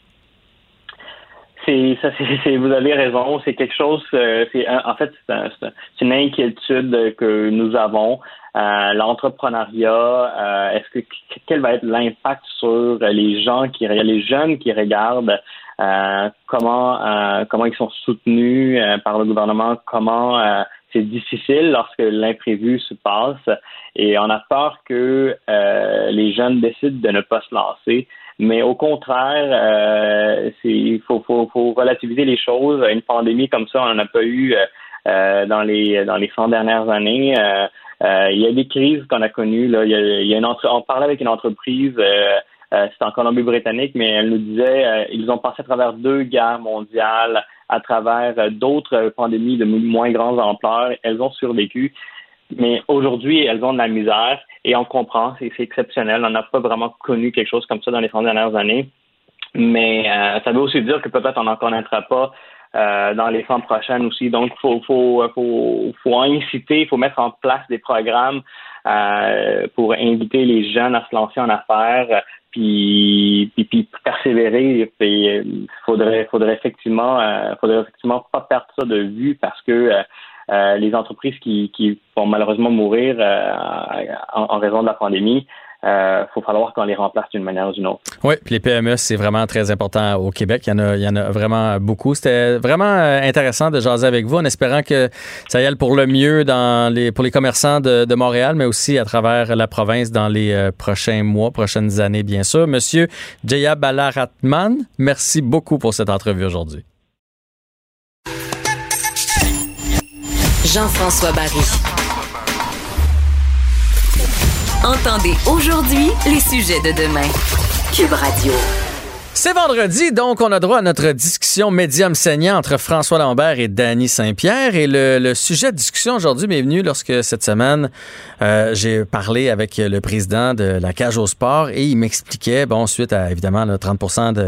Vous avez raison. C'est quelque chose. C'est une inquiétude que nous avons. L'entrepreneuriat. Quel va être l'impact sur les jeunes qui regardent comment ils sont soutenus par le gouvernement, comment c'est difficile lorsque l'imprévu se passe, et on a peur que les jeunes décident de ne pas se lancer. Mais au contraire, il faut relativiser les choses. Une pandémie comme ça, on n'en a pas eu dans les 100 dernières années. Il y a des crises qu'on a connues. Là. On parlait avec une entreprise, c'était en Colombie-Britannique, mais elle nous disait ils ont passé à travers 2 guerres mondiales, à travers d'autres pandémies de moins grande ampleur. Elles ont survécu. Mais aujourd'hui, elles ont de la misère et on comprend, c'est exceptionnel. On n'a pas vraiment connu quelque chose comme ça dans les 100 dernières années. Mais ça veut aussi dire que peut-être on n'en connaîtra pas dans les 100 prochaines aussi. Donc, faut inciter, il faut mettre en place des programmes pour inviter les jeunes à se lancer en affaires, puis persévérer. Il faudrait effectivement pas perdre ça de vue, parce que les entreprises qui vont malheureusement mourir en raison de la pandémie, faut falloir qu'on les remplace d'une manière ou d'une autre. Oui, puis les PME, c'est vraiment très important au Québec. Il y en a vraiment beaucoup. C'était vraiment intéressant de jaser avec vous, en espérant que ça y aille pour le mieux pour les commerçants de Montréal, mais aussi à travers la province dans les prochains mois, prochaines années, bien sûr. Monsieur Jaya Balaratman, merci beaucoup pour cette entrevue aujourd'hui. Jean-François Barry. Entendez aujourd'hui les sujets de demain. Cube Radio. C'est vendredi, donc on a droit à notre discussion médium saignant entre François Lambert et Dany Saint-Pierre. Et le sujet de discussion aujourd'hui m'est venu lorsque cette semaine, j'ai parlé avec le président de la Cage au sport et il m'expliquait, suite à évidemment le 30%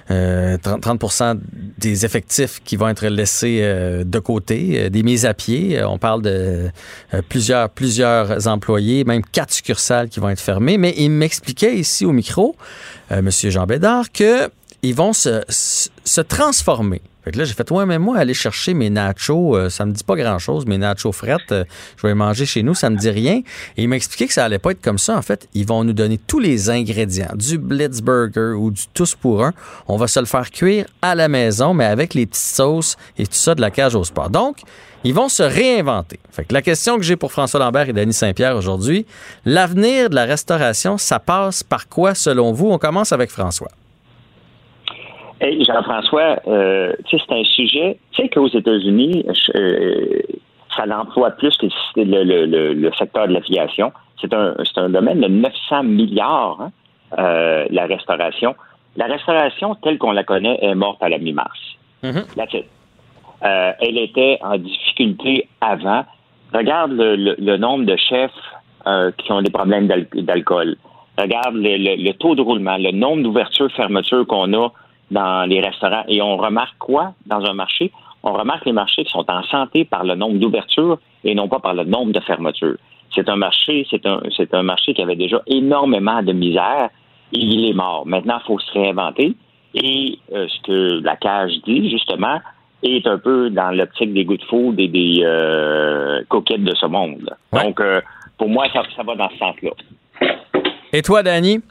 des effectifs qui vont être laissés de côté, des mises à pied. On parle de plusieurs employés, même 4 succursales qui vont être fermées. Mais il m'expliquait ici au micro, Monsieur Jean Bédard, qu'ils vont se transformer. Fait que là, j'ai fait, mais moi, aller chercher mes nachos, ça me dit pas grand-chose. Mes nachos frettes, je vais les manger chez nous, ça me dit rien. Et il m'a expliqué que ça allait pas être comme ça. En fait, ils vont nous donner tous les ingrédients, du Blitzburger ou du Tous pour un. On va se le faire cuire à la maison, mais avec les petites sauces et tout ça de la Cage au sport. Donc, ils vont se réinventer. Fait que la question que j'ai pour François Lambert et Dany Saint-Pierre aujourd'hui, l'avenir de la restauration, ça passe par quoi selon vous? On commence avec François. Hey, Jean-François, c'est un sujet, tu sais qu'aux États-Unis, ça l'emploie plus que le secteur de l'aviation. C'est un domaine de 900 milliards, la restauration. La restauration, telle qu'on la connaît, est morte à la mi-mars. That's it. Elle était en difficulté avant. Regarde le nombre de chefs qui ont des problèmes d'alcool. Regarde le taux de roulement, le nombre d'ouvertures-fermetures qu'on a dans les restaurants. Et on remarque quoi dans un marché? On remarque les marchés qui sont en santé par le nombre d'ouvertures et non pas par le nombre de fermetures. C'est un marché qui avait déjà énormément de misère et il est mort. Maintenant, il faut se réinventer. Et ce que la Cage dit, justement, est un peu dans l'optique des Good-Food et des coquettes de ce monde. Ouais. Donc, pour moi, ça va dans ce sens-là. Et toi, Dany?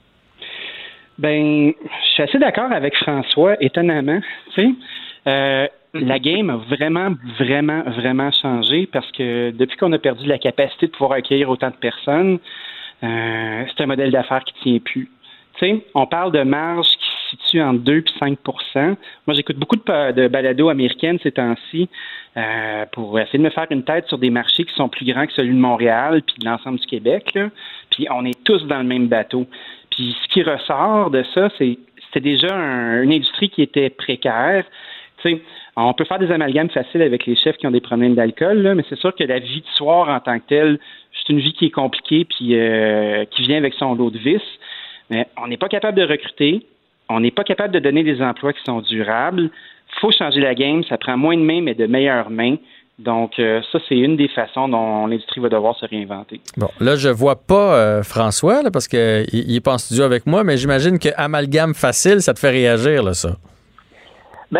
Je suis assez d'accord avec François, étonnamment. Tu sais, la game a vraiment, vraiment, vraiment changé parce que depuis qu'on a perdu la capacité de pouvoir accueillir autant de personnes, c'est un modèle d'affaires qui tient plus. Tu sais, on parle de marge qui se situe entre 2 et 5 %. Moi, j'écoute beaucoup de balados américaines ces temps-ci pour essayer de me faire une tête sur des marchés qui sont plus grands que celui de Montréal puis de l'ensemble du Québec, là. Puis on est tous dans le même bateau. Puis ce qui ressort de ça, c'était déjà une industrie qui était précaire. Tu sais, On peut faire des amalgames faciles avec les chefs qui ont des problèmes d'alcool, là, mais c'est sûr que la vie de soir en tant que telle, c'est une vie qui est compliquée puis qui vient avec son lot de vices. Mais on n'est pas capable de recruter, on n'est pas capable de donner des emplois qui sont durables. Faut changer la game, ça prend moins de mains, mais de meilleures mains. Donc, ça, c'est une des façons dont l'industrie va devoir se réinventer. Bon, là, je vois pas François, là, parce qu'il est pas en studio avec moi, mais j'imagine que amalgame facile, ça te fait réagir, là, ça. Ben,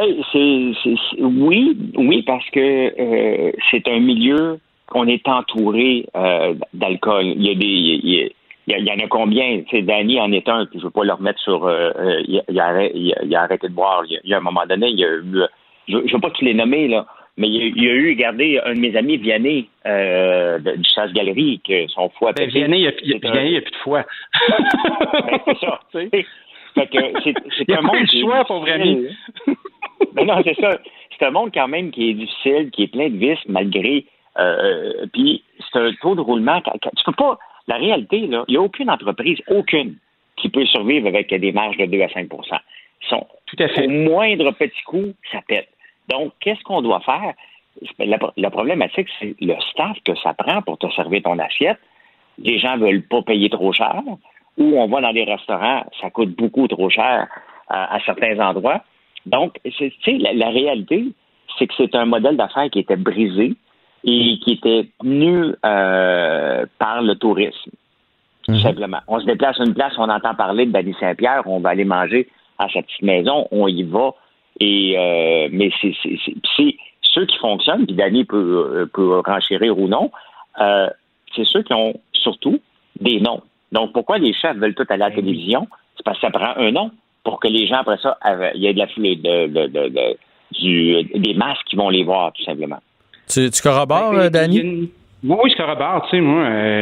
oui, parce que c'est un milieu qu'on est entouré d'alcool. Il y en a combien? Tu sais, Danny en est un, puis je veux pas le remettre sur... il a arrêté de boire. Il y a un moment donné, il y a eu... Je veux pas tous les nommer, là, mais il y a eu, regardez, un de mes amis, Vianney, du Chasse-Galerie, que son foie... Ben, Vianney, il n'y a plus de foie. Ben, c'est ça, tu sais. Fait que c'est un monde qui est choix, pauvre ami. Mais non, c'est ça. C'est un monde quand même qui est difficile, qui est plein de vices, malgré... puis c'est un taux de roulement... Tu peux pas... La réalité, là, il n'y a aucune entreprise, qui peut survivre avec des marges de 2 à 5 %. Tout à fait. Au moindre petit coup, ça pète. Donc, qu'est-ce qu'on doit faire? La problématique, c'est le staff que ça prend pour te servir ton assiette. Les gens ne veulent pas payer trop cher. Ou on va dans des restaurants, ça coûte beaucoup trop cher à certains endroits. Donc, tu sais, la réalité, c'est que c'est un modèle d'affaires qui était brisé et qui était tenu par le tourisme, tout simplement. On se déplace à une place, on entend parler de Danny Saint-Pierre, on va aller manger à sa petite maison, on y va. Et mais c'est ceux qui fonctionnent, puis Danny peut renchérir ou non, c'est ceux qui ont surtout des noms. Donc, pourquoi les chefs veulent tout aller à la télévision? C'est parce que ça prend un nom pour que les gens, après ça, il y ait des masses qui vont les voir, tout simplement. Tu corrobores, Danny? Oui, je corrobore. Tu sais, moi,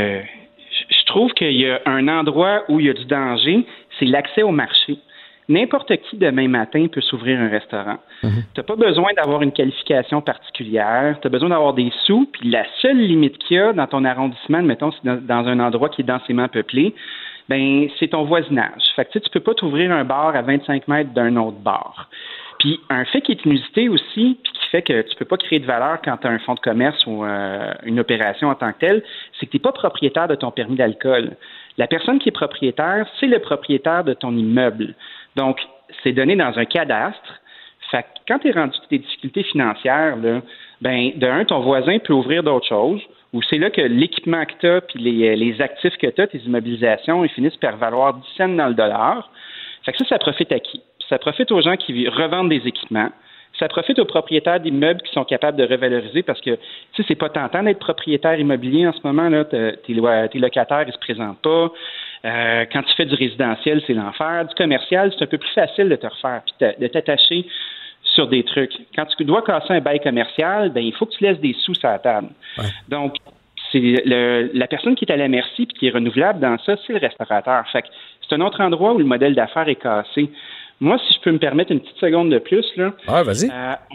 je trouve qu'il y a un endroit où il y a du danger, c'est l'accès au marché. N'importe qui, demain matin, peut s'ouvrir un restaurant. Tu n'as pas besoin d'avoir une qualification particulière. Tu as besoin d'avoir des sous. Puis la seule limite qu'il y a dans ton arrondissement, mettons, c'est dans un endroit qui est densément peuplé, ben c'est ton voisinage. Fait que tu peux pas t'ouvrir un bar à 25 mètres d'un autre bar. Puis un fait qui est inusité aussi, puis qui fait que tu peux pas créer de valeur quand tu as un fonds de commerce ou une opération en tant que telle, c'est que tu n'es pas propriétaire de ton permis d'alcool. La personne qui est propriétaire, c'est le propriétaire de ton immeuble. Donc, c'est donné dans un cadastre. Fait que quand tu es rendu des difficultés financières, là, ben, de un, ton voisin peut ouvrir d'autres choses, ou c'est là que l'équipement que tu as puis les actifs que tu as, tes immobilisations, ils finissent par valoir 10 cents dans le dollar. Fait que ça profite à qui? Ça profite aux gens qui revendent des équipements. Ça profite aux propriétaires d'immeubles qui sont capables de revaloriser parce que, tu sais, c'est pas tentant d'être propriétaire immobilier en ce moment, là. Tes locataires, ils se présentent pas. Quand tu fais du résidentiel, c'est l'enfer. Du commercial, c'est un peu plus facile de te refaire puis de t'attacher sur des trucs. Quand tu dois casser un bail commercial, ben il faut que tu laisses des sous sur la table. Ouais. Donc, c'est la personne qui est à la merci puis qui est renouvelable dans ça, c'est le restaurateur. Fait que c'est un autre endroit où le modèle d'affaires est cassé. Moi, si je peux me permettre une petite seconde de plus, là, vas-y.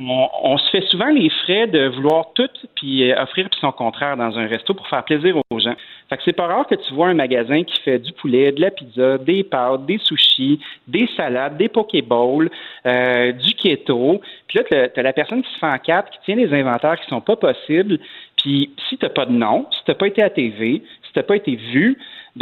On se fait souvent les frais de vouloir tout puis offrir puis son contraire dans un resto pour faire plaisir aux gens. Fait que c'est pas rare que tu vois un magasin qui fait du poulet, de la pizza, des pâtes, des sushis, des salades, des pokéballs, du keto. Puis là, t'as la personne qui se fait en quatre, qui tient des inventaires qui sont pas possibles. Puis si t'as pas de nom, si t'as pas été à TV, si t'as pas été vu,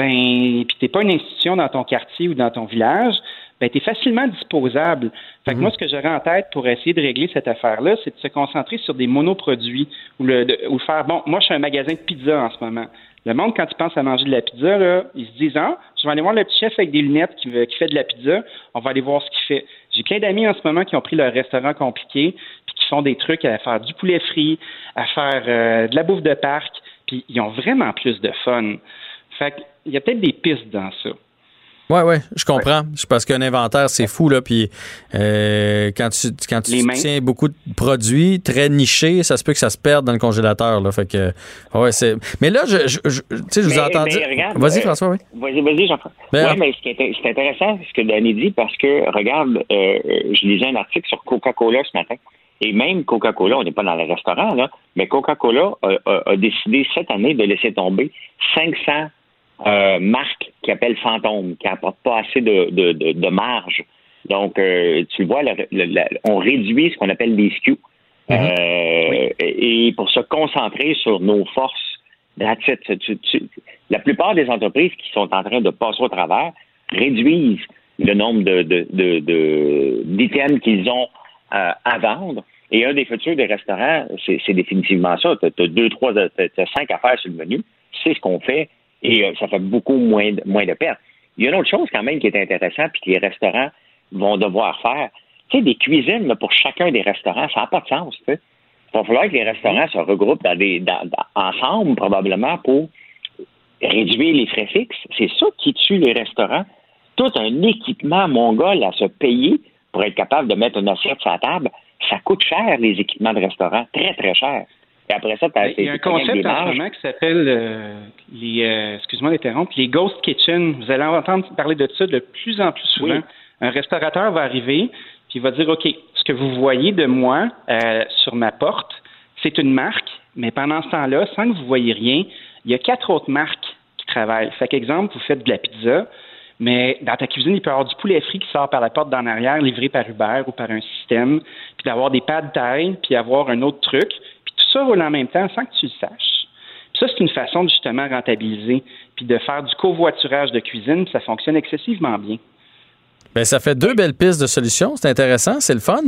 ben puis t'es pas une institution dans ton quartier ou dans ton village, ben t'es facilement disposable. Fait que moi, ce que j'aurais en tête pour essayer de régler cette affaire-là, c'est de se concentrer sur des monoproduits ou faire, bon, moi, je suis un magasin de pizza en ce moment. Le monde, quand il pense à manger de la pizza, là, ils se disent, je vais aller voir le petit chef avec des lunettes qui fait de la pizza, on va aller voir ce qu'il fait. J'ai plein d'amis en ce moment qui ont pris leur restaurant compliqué puis qui font des trucs à faire du poulet frit, à faire de la bouffe de parc, puis ils ont vraiment plus de fun. Fait qu'il y a peut-être des pistes dans ça. Oui, je comprends. Parce qu'un inventaire, c'est fou, là. Puis quand tu tiens beaucoup de produits très nichés, ça se peut que ça se perde dans le congélateur, là. Fait que, c'est. Mais là, je vous ai entendu. Vas-y, François, oui. Vas-y, Jean-François. Oui, mais c'est intéressant ce que Danny dit parce que, regarde, je lisais un article sur Coca-Cola ce matin. Et même Coca-Cola, on n'est pas dans le restaurant, là, mais Coca-Cola a décidé cette année de laisser tomber 500 marques qui appellent fantômes, qui n'apportent pas assez de marge Donc, tu le vois, on réduit ce qu'on appelle les SKU. Et pour se concentrer sur nos forces, la plupart des entreprises qui sont en train de passer au travers réduisent le nombre d'items qu'ils ont à vendre. Et un des futurs des restaurants, c'est définitivement ça. Tu as 5 affaires sur le menu. C'est ce qu'on fait et ça fait beaucoup moins de pertes. Il y a une autre chose quand même qui est intéressante puis que les restaurants vont devoir faire. Tu sais, des cuisines là, pour chacun des restaurants, ça n'a pas de sens. Tu sais. Il va falloir que les restaurants se regroupent ensemble probablement pour réduire les frais fixes. C'est ça qui tue les restaurants. Tout un équipement mongol à se payer pour être capable de mettre une assiette sur la table, ça coûte cher, les équipements de restaurant, très, très cher. Et après ça, il y a un concept en ce moment qui s'appelle excuse-moi d'interrompre, les ghost kitchen. Vous allez entendre parler de ça de plus en plus souvent. Oui. Un restaurateur va arriver puis il va dire, OK, ce que vous voyez de moi sur ma porte, c'est une marque, mais pendant ce temps-là, sans que vous voyez rien, il y a 4 autres marques qui travaillent. Fait qu'exemple, vous faites de la pizza, mais dans ta cuisine, il peut y avoir du poulet frit qui sort par la porte d'en arrière, livré par Uber ou par un système, puis d'avoir des pad thai, puis avoir un autre truc, puis tout ça roule en même temps sans que tu le saches. Puis ça, c'est une façon de justement rentabiliser, puis de faire du covoiturage de cuisine, puis ça fonctionne excessivement bien. Bien, ça fait 2 belles pistes de solutions. C'est intéressant, c'est le fun.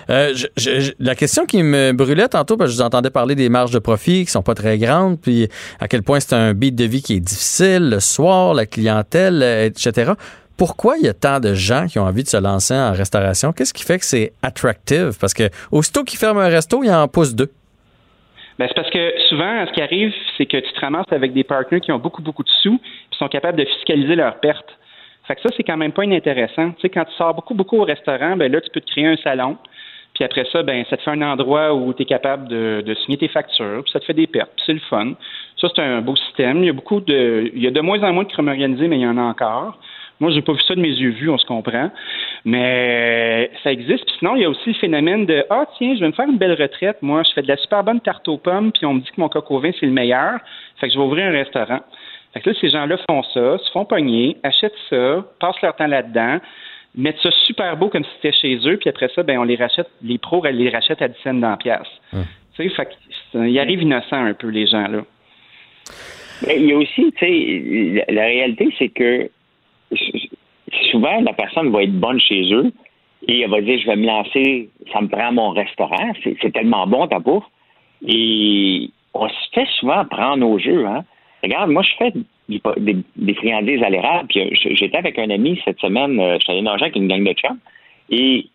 La question qui me brûlait tantôt, parce que je vous entendais parler des marges de profit qui sont pas très grandes, puis à quel point c'est un beat de vie qui est difficile, le soir, la clientèle, etc. Pourquoi il y a tant de gens qui ont envie de se lancer en restauration? Qu'est-ce qui fait que c'est attractive? Parce que aussitôt qu'ils ferment un resto, il en pousse 2. Ben, c'est parce que souvent, ce qui arrive, c'est que tu te ramasses avec des partenaires qui ont beaucoup, beaucoup de sous, puis sont capables de fiscaliser leurs pertes. Fait que ça, c'est quand même pas inintéressant. Tu sais, quand tu sors beaucoup au restaurant, ben là, tu peux te créer un salon. Puis après ça, ben ça te fait un endroit où tu es capable de signer tes factures, puis ça te fait des pertes, puis c'est le fun. Ça, c'est un beau système. Il y a de moins en moins de crimes organisés, mais il y en a encore. Moi, j'ai pas vu ça de mes yeux vus, on se comprend. Mais ça existe. Puis sinon, il y a aussi le phénomène de « Ah, tiens, je vais me faire une belle retraite. Moi, je fais de la super bonne tarte aux pommes, puis on me dit que mon coq au vin, c'est le meilleur. Fait que je vais ouvrir un restaurant. » Fait que là, ces gens-là font ça, se font pogner, achètent ça, passent leur temps là-dedans, mettent ça super beau comme si c'était chez eux, puis après ça, ben on les rachète, les pros, elles les rachètent à 10 cents dans la pièce. Tu sais, fait qu'ils arrivent innocents un peu, les gens-là. Mais il y a aussi, tu sais, la réalité, c'est que souvent, la personne va être bonne chez eux et elle va dire, je vais me lancer, ça me prend mon restaurant, c'est tellement bon ta bouffe. Et on se fait souvent prendre au jeu, hein. Regarde, moi, je fais des friandises à l'érable, puis j'étais avec un ami cette semaine, j'étais allé nager avec une gang de chums, et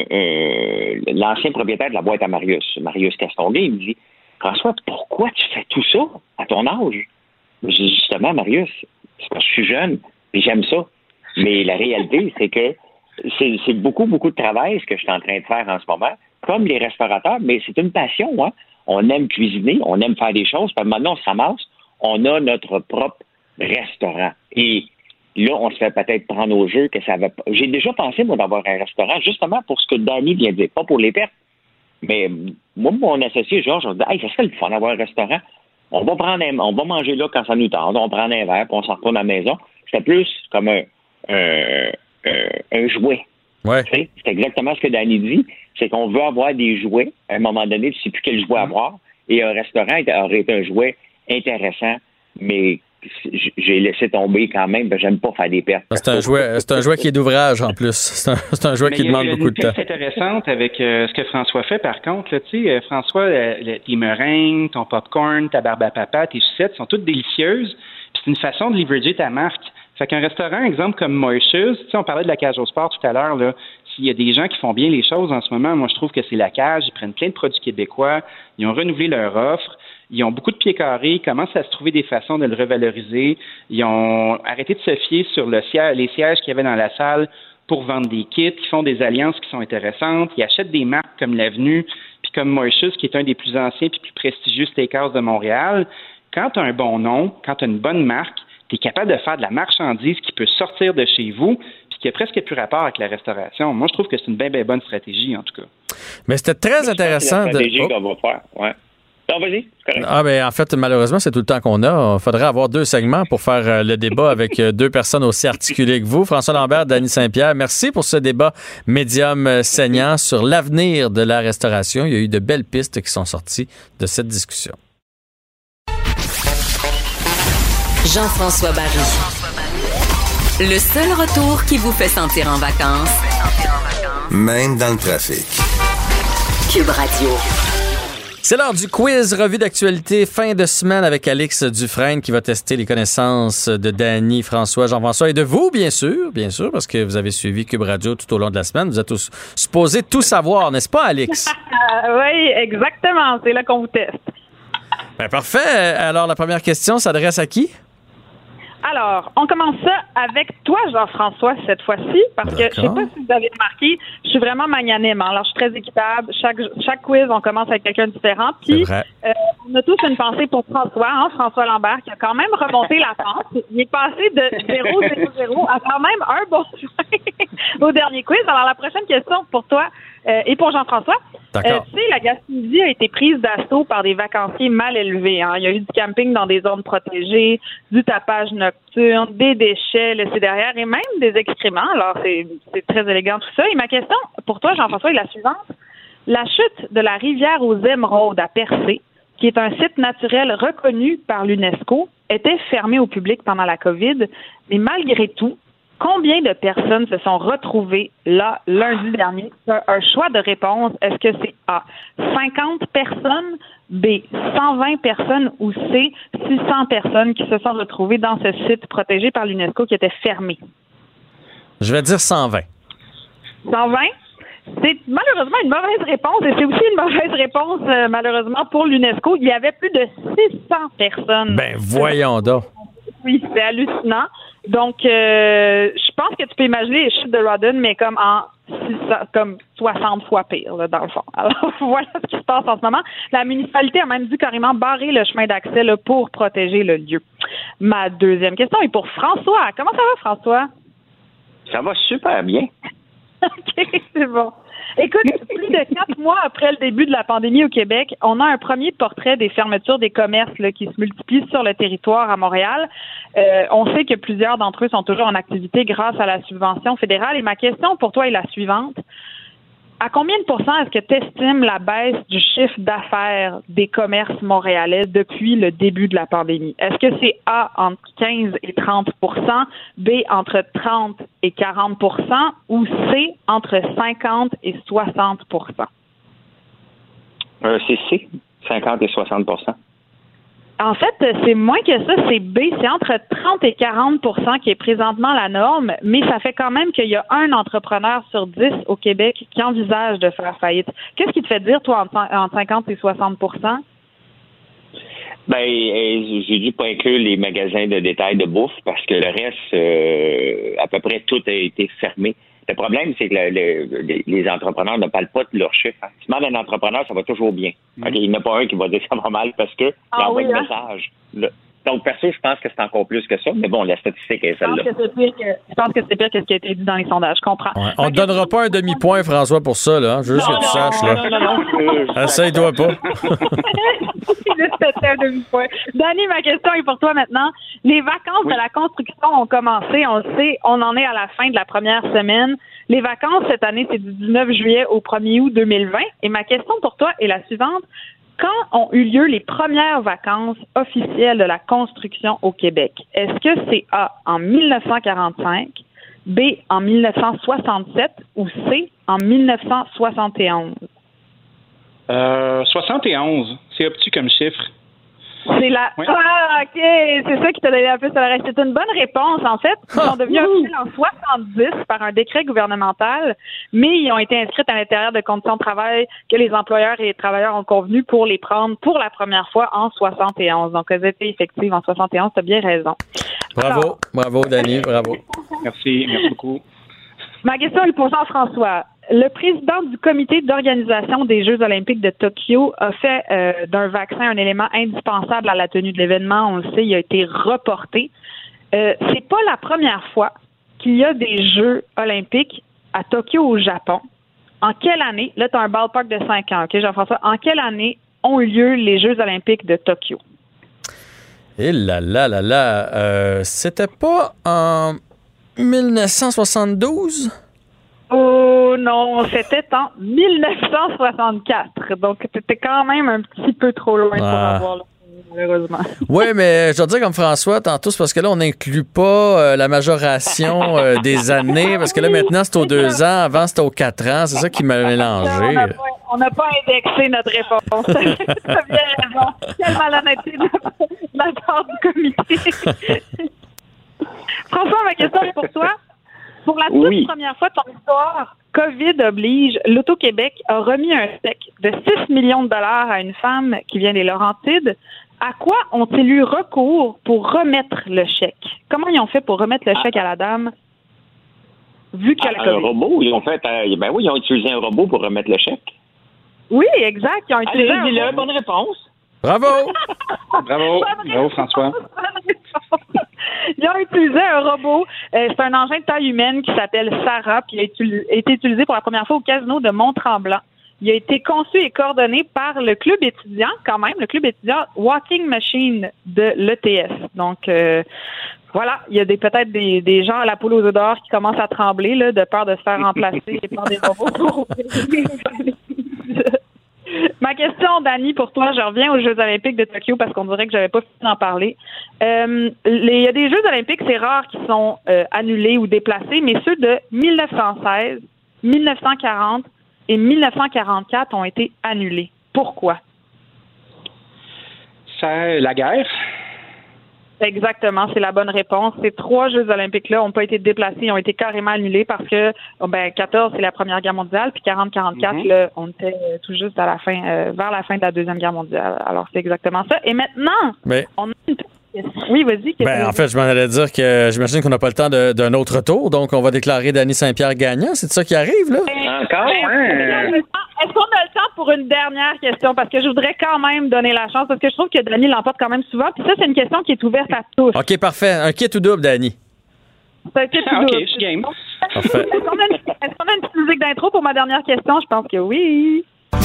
l'ancien propriétaire de la boîte à Marius Castonguay, il me dit, François, pourquoi tu fais tout ça à ton âge? Je dis, justement, Marius, c'est parce que je suis jeune, puis j'aime ça. Mais la réalité, c'est que c'est beaucoup, beaucoup de travail, ce que je suis en train de faire en ce moment, comme les restaurateurs, mais c'est une passion, hein. On aime cuisiner, on aime faire des choses, puis maintenant, on se ramasse, on a notre propre restaurant. Et là, on se fait peut-être prendre au jeu que ça va pas. J'ai déjà pensé, moi, d'avoir un restaurant, justement pour ce que Danny vient de dire, pas pour les pertes. Mais moi, mon associé, Georges, on dit, hey, ça serait le fun d'avoir un restaurant. On va manger là quand ça nous tente, on prend un verre, puis on s'en retourne à la maison. C'était plus comme un jouet. Ouais. C'est exactement ce que Danny dit, c'est qu'on veut avoir des jouets. À un moment donné, tu ne sais plus quel jouet avoir. Et un restaurant aurait été un jouet intéressant, mais j'ai laissé tomber quand même, parce que j'aime pas faire des pertes. C'est un jouet qui est d'ouvrage en plus. C'est un jouet qui demande beaucoup de temps. C'est intéressante avec ce que François fait, par contre. Tu sais, François, tes meringues, ton popcorn, ta barbe à papa, tes sucettes sont toutes délicieuses. Puis c'est une façon de leverager ta marque. Fait qu'un restaurant, exemple comme Moishes, tu sais, on parlait de la cage au sport tout à l'heure, là. S'il y a des gens qui font bien les choses en ce moment, moi je trouve que c'est la cage. Ils prennent plein de produits québécois, ils ont renouvelé leur offre. Ils ont beaucoup de pieds carrés, ils commencent à se trouver des façons de le revaloriser. Ils ont arrêté de se fier sur les sièges qu'il y avait dans la salle pour vendre des kits. Ils font des alliances qui sont intéressantes. Ils achètent des marques comme l'Avenue, puis comme Moishes, qui est un des plus anciens et plus prestigieux steakhouse de Montréal. Quand tu as un bon nom, quand tu as une bonne marque, tu es capable de faire de la marchandise qui peut sortir de chez vous puis qui a presque plus rapport avec la restauration. Moi, je trouve que c'est une bien bonne stratégie, en tout cas. Mais c'était très intéressant de... C'est la stratégie qu'on va faire, ouais. Non, vas-y. Ah, ben, en fait, malheureusement, c'est tout le temps qu'on a. Il faudrait avoir 2 segments pour faire le débat avec 2 personnes aussi articulées que vous. François Lambert, Dany Saint-Pierre, merci pour ce débat médium saignant sur l'avenir de la restauration. Il y a eu de belles pistes qui sont sorties de cette discussion. Jean-François Barry. Le seul retour qui vous fait sentir en vacances, même dans le trafic. Cube Radio. C'est l'heure du quiz revue d'actualité fin de semaine avec Alix Dufresne qui va tester les connaissances de Dany, François, Jean-François et de vous, bien sûr, parce que vous avez suivi Cube Radio tout au long de la semaine. Vous êtes tous supposés tout savoir, n'est-ce pas, Alix? Oui, exactement. C'est là qu'on vous teste. Ben, parfait. Alors, la première question s'adresse à qui? Alors, on commence ça avec toi, Jean-François, cette fois-ci, parce que je sais pas si vous avez remarqué, je suis vraiment magnanime. Alors, je suis très équitable. Chaque quiz, on commence avec quelqu'un de différent. Puis, on a tous une pensée pour François, François Lambert, qui a quand même remonté la pente. Il est passé de 0-0-0 à quand même un bon point au dernier quiz. Alors, la prochaine question pour toi et pour Jean-François. Tu sais, la Gaspésie a été prise d'assaut par des vacanciers mal élevés. Il y a eu du camping dans des zones protégées, du tapage nocturne, des déchets laissés derrière et même des excréments. Alors, c'est très élégant tout ça. Et ma question pour toi, Jean-François, est la suivante. La chute de la rivière aux Émeraudes à Percé, qui est un site naturel reconnu par l'UNESCO, était fermée au public pendant la COVID, mais malgré tout, combien de personnes se sont retrouvées là lundi dernier? Un choix de réponse. Est-ce que c'est A, 50 personnes, B, 120 personnes ou C, 600 personnes qui se sont retrouvées dans ce site protégé par l'UNESCO qui était fermé? Je vais dire 120. 120? C'est malheureusement une mauvaise réponse et c'est aussi une mauvaise réponse malheureusement pour l'UNESCO. Il y avait plus de 600 personnes. Ben voyons donc. Oui, c'est hallucinant. Donc, je pense que tu peux imaginer les chutes de Rodden, mais comme 60 fois pire, là, dans le fond. Alors, voilà ce qui se passe en ce moment. La municipalité a même dû carrément barrer le chemin d'accès là, pour protéger le lieu. Ma deuxième question est pour François. Comment ça va, François? Ça va super bien. OK, c'est bon. Écoute, plus de 4 mois après le début de la pandémie au Québec, on a un premier portrait des fermetures des commerces là, qui se multiplient sur le territoire à Montréal. On sait que plusieurs d'entre eux sont toujours en activité grâce à la subvention fédérale. Et ma question pour toi est la suivante. À combien de pourcents est-ce que tu estimes la baisse du chiffre d'affaires des commerces montréalais depuis le début de la pandémie? Est-ce que c'est A, entre 15 et 30 B, entre 30 et 40 ou C, entre 50 et 60 C'est C, 50 et 60 En fait, c'est moins que ça, c'est B. C'est entre 30 et 40 qui est présentement la norme, mais ça fait quand même qu'il y a un entrepreneur sur 10 au Québec qui envisage de faire faillite. Qu'est-ce qui te fait dire, toi, entre 50 et 60 Ben, j'ai dû pas inclure les magasins de détail de bouffe parce que le reste, à peu près tout a été fermé. Le problème, c'est que les entrepreneurs ne parlent pas de leurs chiffres. Si tu demandes à un entrepreneur, ça va toujours bien. Okay, il n'y en a pas un qui va dire ça va mal parce que il envoie le message. Donc, perso, je pense que c'est encore plus que ça. Mais bon, la statistique est celle-là. Je pense que c'est pire que ce qui a été dit dans les sondages. Je comprends. Ouais. On ne donnera pas un demi-point, François, pour ça. Là. Je veux juste que tu saches. Là. Essaye-toi pas. C'était un demi-point. Dany, ma question est pour toi maintenant. Les vacances de la construction ont commencé. On le sait, on en est à la fin de la première semaine. Les vacances, cette année, c'est du 19 juillet au 1er août 2020. Et ma question pour toi est la suivante. Quand ont eu lieu les premières vacances officielles de la construction au Québec? Est-ce que c'est A, en 1945, B, en 1967 ou C, en 1971? 71. C'est obtus comme chiffre. C'est la... Oui. Ah, OK. C'est ça qui t'a donné un peu sur la reste. C'est une bonne réponse, en fait. Ils sont devenus officiels en 70 par un décret gouvernemental, mais ils ont été inscrits à l'intérieur de conditions de travail que les employeurs et les travailleurs ont convenu pour les prendre pour la première fois en 71. Donc, elles étaient effectives en 71. T'as bien raison. Bravo. Bravo, Dany. Bravo. Merci beaucoup. Ma question est pour Jean-François. Le président du comité d'organisation des Jeux olympiques de Tokyo a fait d'un vaccin un élément indispensable à la tenue de l'événement. On le sait, il a été reporté. C'est pas la première fois qu'il y a des Jeux olympiques à Tokyo au Japon. En quelle année, là, tu as un ballpark de 5 ans, OK, Jean-François, en quelle année ont eu lieu les Jeux olympiques de Tokyo? Et c'était pas en 1972? Oh non, c'était en 1964. Donc, t'étais quand même un petit peu trop loin pour avoir malheureusement. Oui, mais je dois dire comme François, tantôt, c'est parce que là, on n'inclut pas la majoration des années, parce que là, maintenant, c'est aux 2 ans, avant, c'était aux 4 ans. C'est ça qui m'a mélangé. On n'a pas indexé notre réponse. T'as bien raison. Quelle malhonnêteté de la part du comité. François, ma question est pour toi. Pour la toute première fois de ton histoire, COVID oblige, l'Auto-Québec a remis un chèque de 6 millions de dollars à une femme qui vient des Laurentides. À quoi ont-ils eu recours pour remettre le chèque? Comment ils ont fait pour remettre le chèque à la dame, vu qu'il y a le COVID? Un robot? Ils ont utilisé un robot pour remettre le chèque. Oui, exact. Ils ont utilisé un robot. Bonne réponse. Bravo! Bravo, François. Ils ont utilisé un robot. C'est un engin de taille humaine qui s'appelle Sarah, puis il a été utilisé pour la première fois au casino de Mont-Tremblant. Il a été conçu et coordonné par le club étudiant, quand même, le club étudiant Walking Machine de l'ETS. Donc, voilà, il y a peut-être des gens à la poule aux œufs d'or qui commencent à trembler là, de peur de se faire remplacer par des robots. Ma question, Dani, pour toi, je reviens aux Jeux olympiques de Tokyo parce qu'on dirait que j'avais pas fini d'en parler. Il y a des Jeux olympiques, c'est rare qu'ils sont annulés ou déplacés, mais ceux de 1916, 1940 et 1944 ont été annulés. Pourquoi? La guerre. Exactement, c'est la bonne réponse. Ces 3 Jeux olympiques-là n'ont pas été déplacés, ils ont été carrément annulés parce que 14, c'est la Première Guerre mondiale, puis 40-44, là, on était tout juste à la fin, vers la fin de la Deuxième Guerre mondiale. Alors, c'est exactement ça. Et maintenant, on a une petite question. Oui, vas-y. En fait, je m'en allais dire que j'imagine qu'on n'a pas le temps d'un autre tour, donc on va déclarer Dany Saint-Pierre gagnant. C'est ça qui arrive, là? Encore? Est-ce qu'on a le temps pour une dernière question? Parce que je voudrais quand même donner la chance, parce que je trouve que Dany l'emporte quand même souvent. Puis ça, c'est une question qui est ouverte à tous. OK, parfait. Un kit ou double, Dany? C'est un kit ou double. OK, je suis game. Parfait. Est-ce qu'on a une petite musique d'intro pour ma dernière question? Je pense que oui.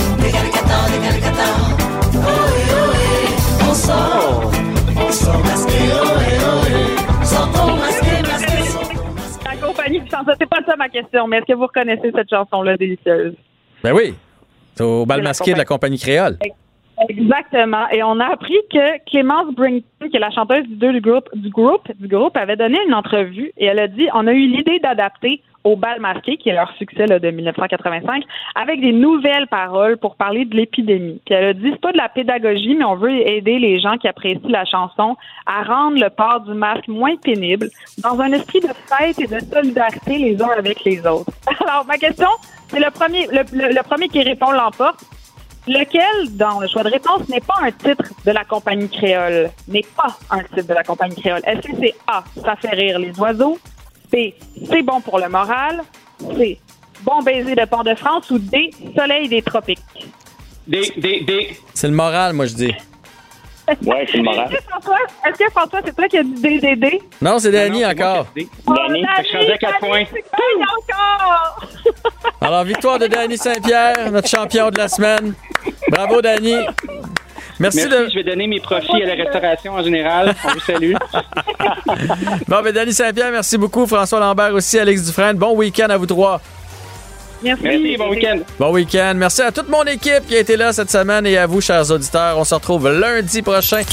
La compagnie qui chante ça, c'est pas ça ma question, mais est-ce que vous reconnaissez cette chanson-là délicieuse? Ben oui. C'est au bal masqué de la compagnie créole. Exactement. Et on a appris que Clémence Brinton, qui est la chanteuse du groupe, avait donné une entrevue et elle a dit on a eu l'idée d'adapter au bal masqué, qui est leur succès là, de 1985, avec des nouvelles paroles pour parler de l'épidémie. Puis elle a dit c'est pas de la pédagogie, mais on veut aider les gens qui apprécient la chanson à rendre le port du masque moins pénible, dans un esprit de fête et de solidarité les uns avec les autres. Alors ma question, c'est le premier qui répond l'emporte. Lequel, dans le choix de réponse, n'est pas un titre de la compagnie créole? N'est pas un titre de la compagnie créole. Est-ce que c'est A, ça fait rire les oiseaux? B, c'est bon pour le moral? C, bon baiser de Port-de-France? Ou D, soleil des tropiques? D. C'est le moral, moi, je dis. Ouais, c'est le moral. Est-ce que François, c'est toi qui as dit D? Non, c'est Dany encore. Dany, je suis rendu à 4 points. Encore! Alors, victoire de Dany Saint-Pierre, notre champion de la semaine. Bravo, Dany. Merci. Je vais donner mes profits à la restauration en général. On vous salue. Bon, ben Dany Saint-Pierre, merci beaucoup. François Lambert aussi, Alex Dufresne. Bon week-end à vous trois. Merci, bon week-end. Bon week-end. Merci à toute mon équipe qui a été là cette semaine et à vous, chers auditeurs. On se retrouve lundi prochain.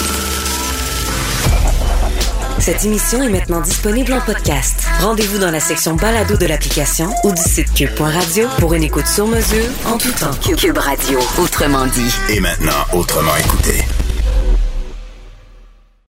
Cette émission est maintenant disponible en podcast. Rendez-vous dans la section balado de l'application ou du site cube.radio pour une écoute sur mesure en tout temps. Cube Radio, autrement dit. Et maintenant, autrement écouté.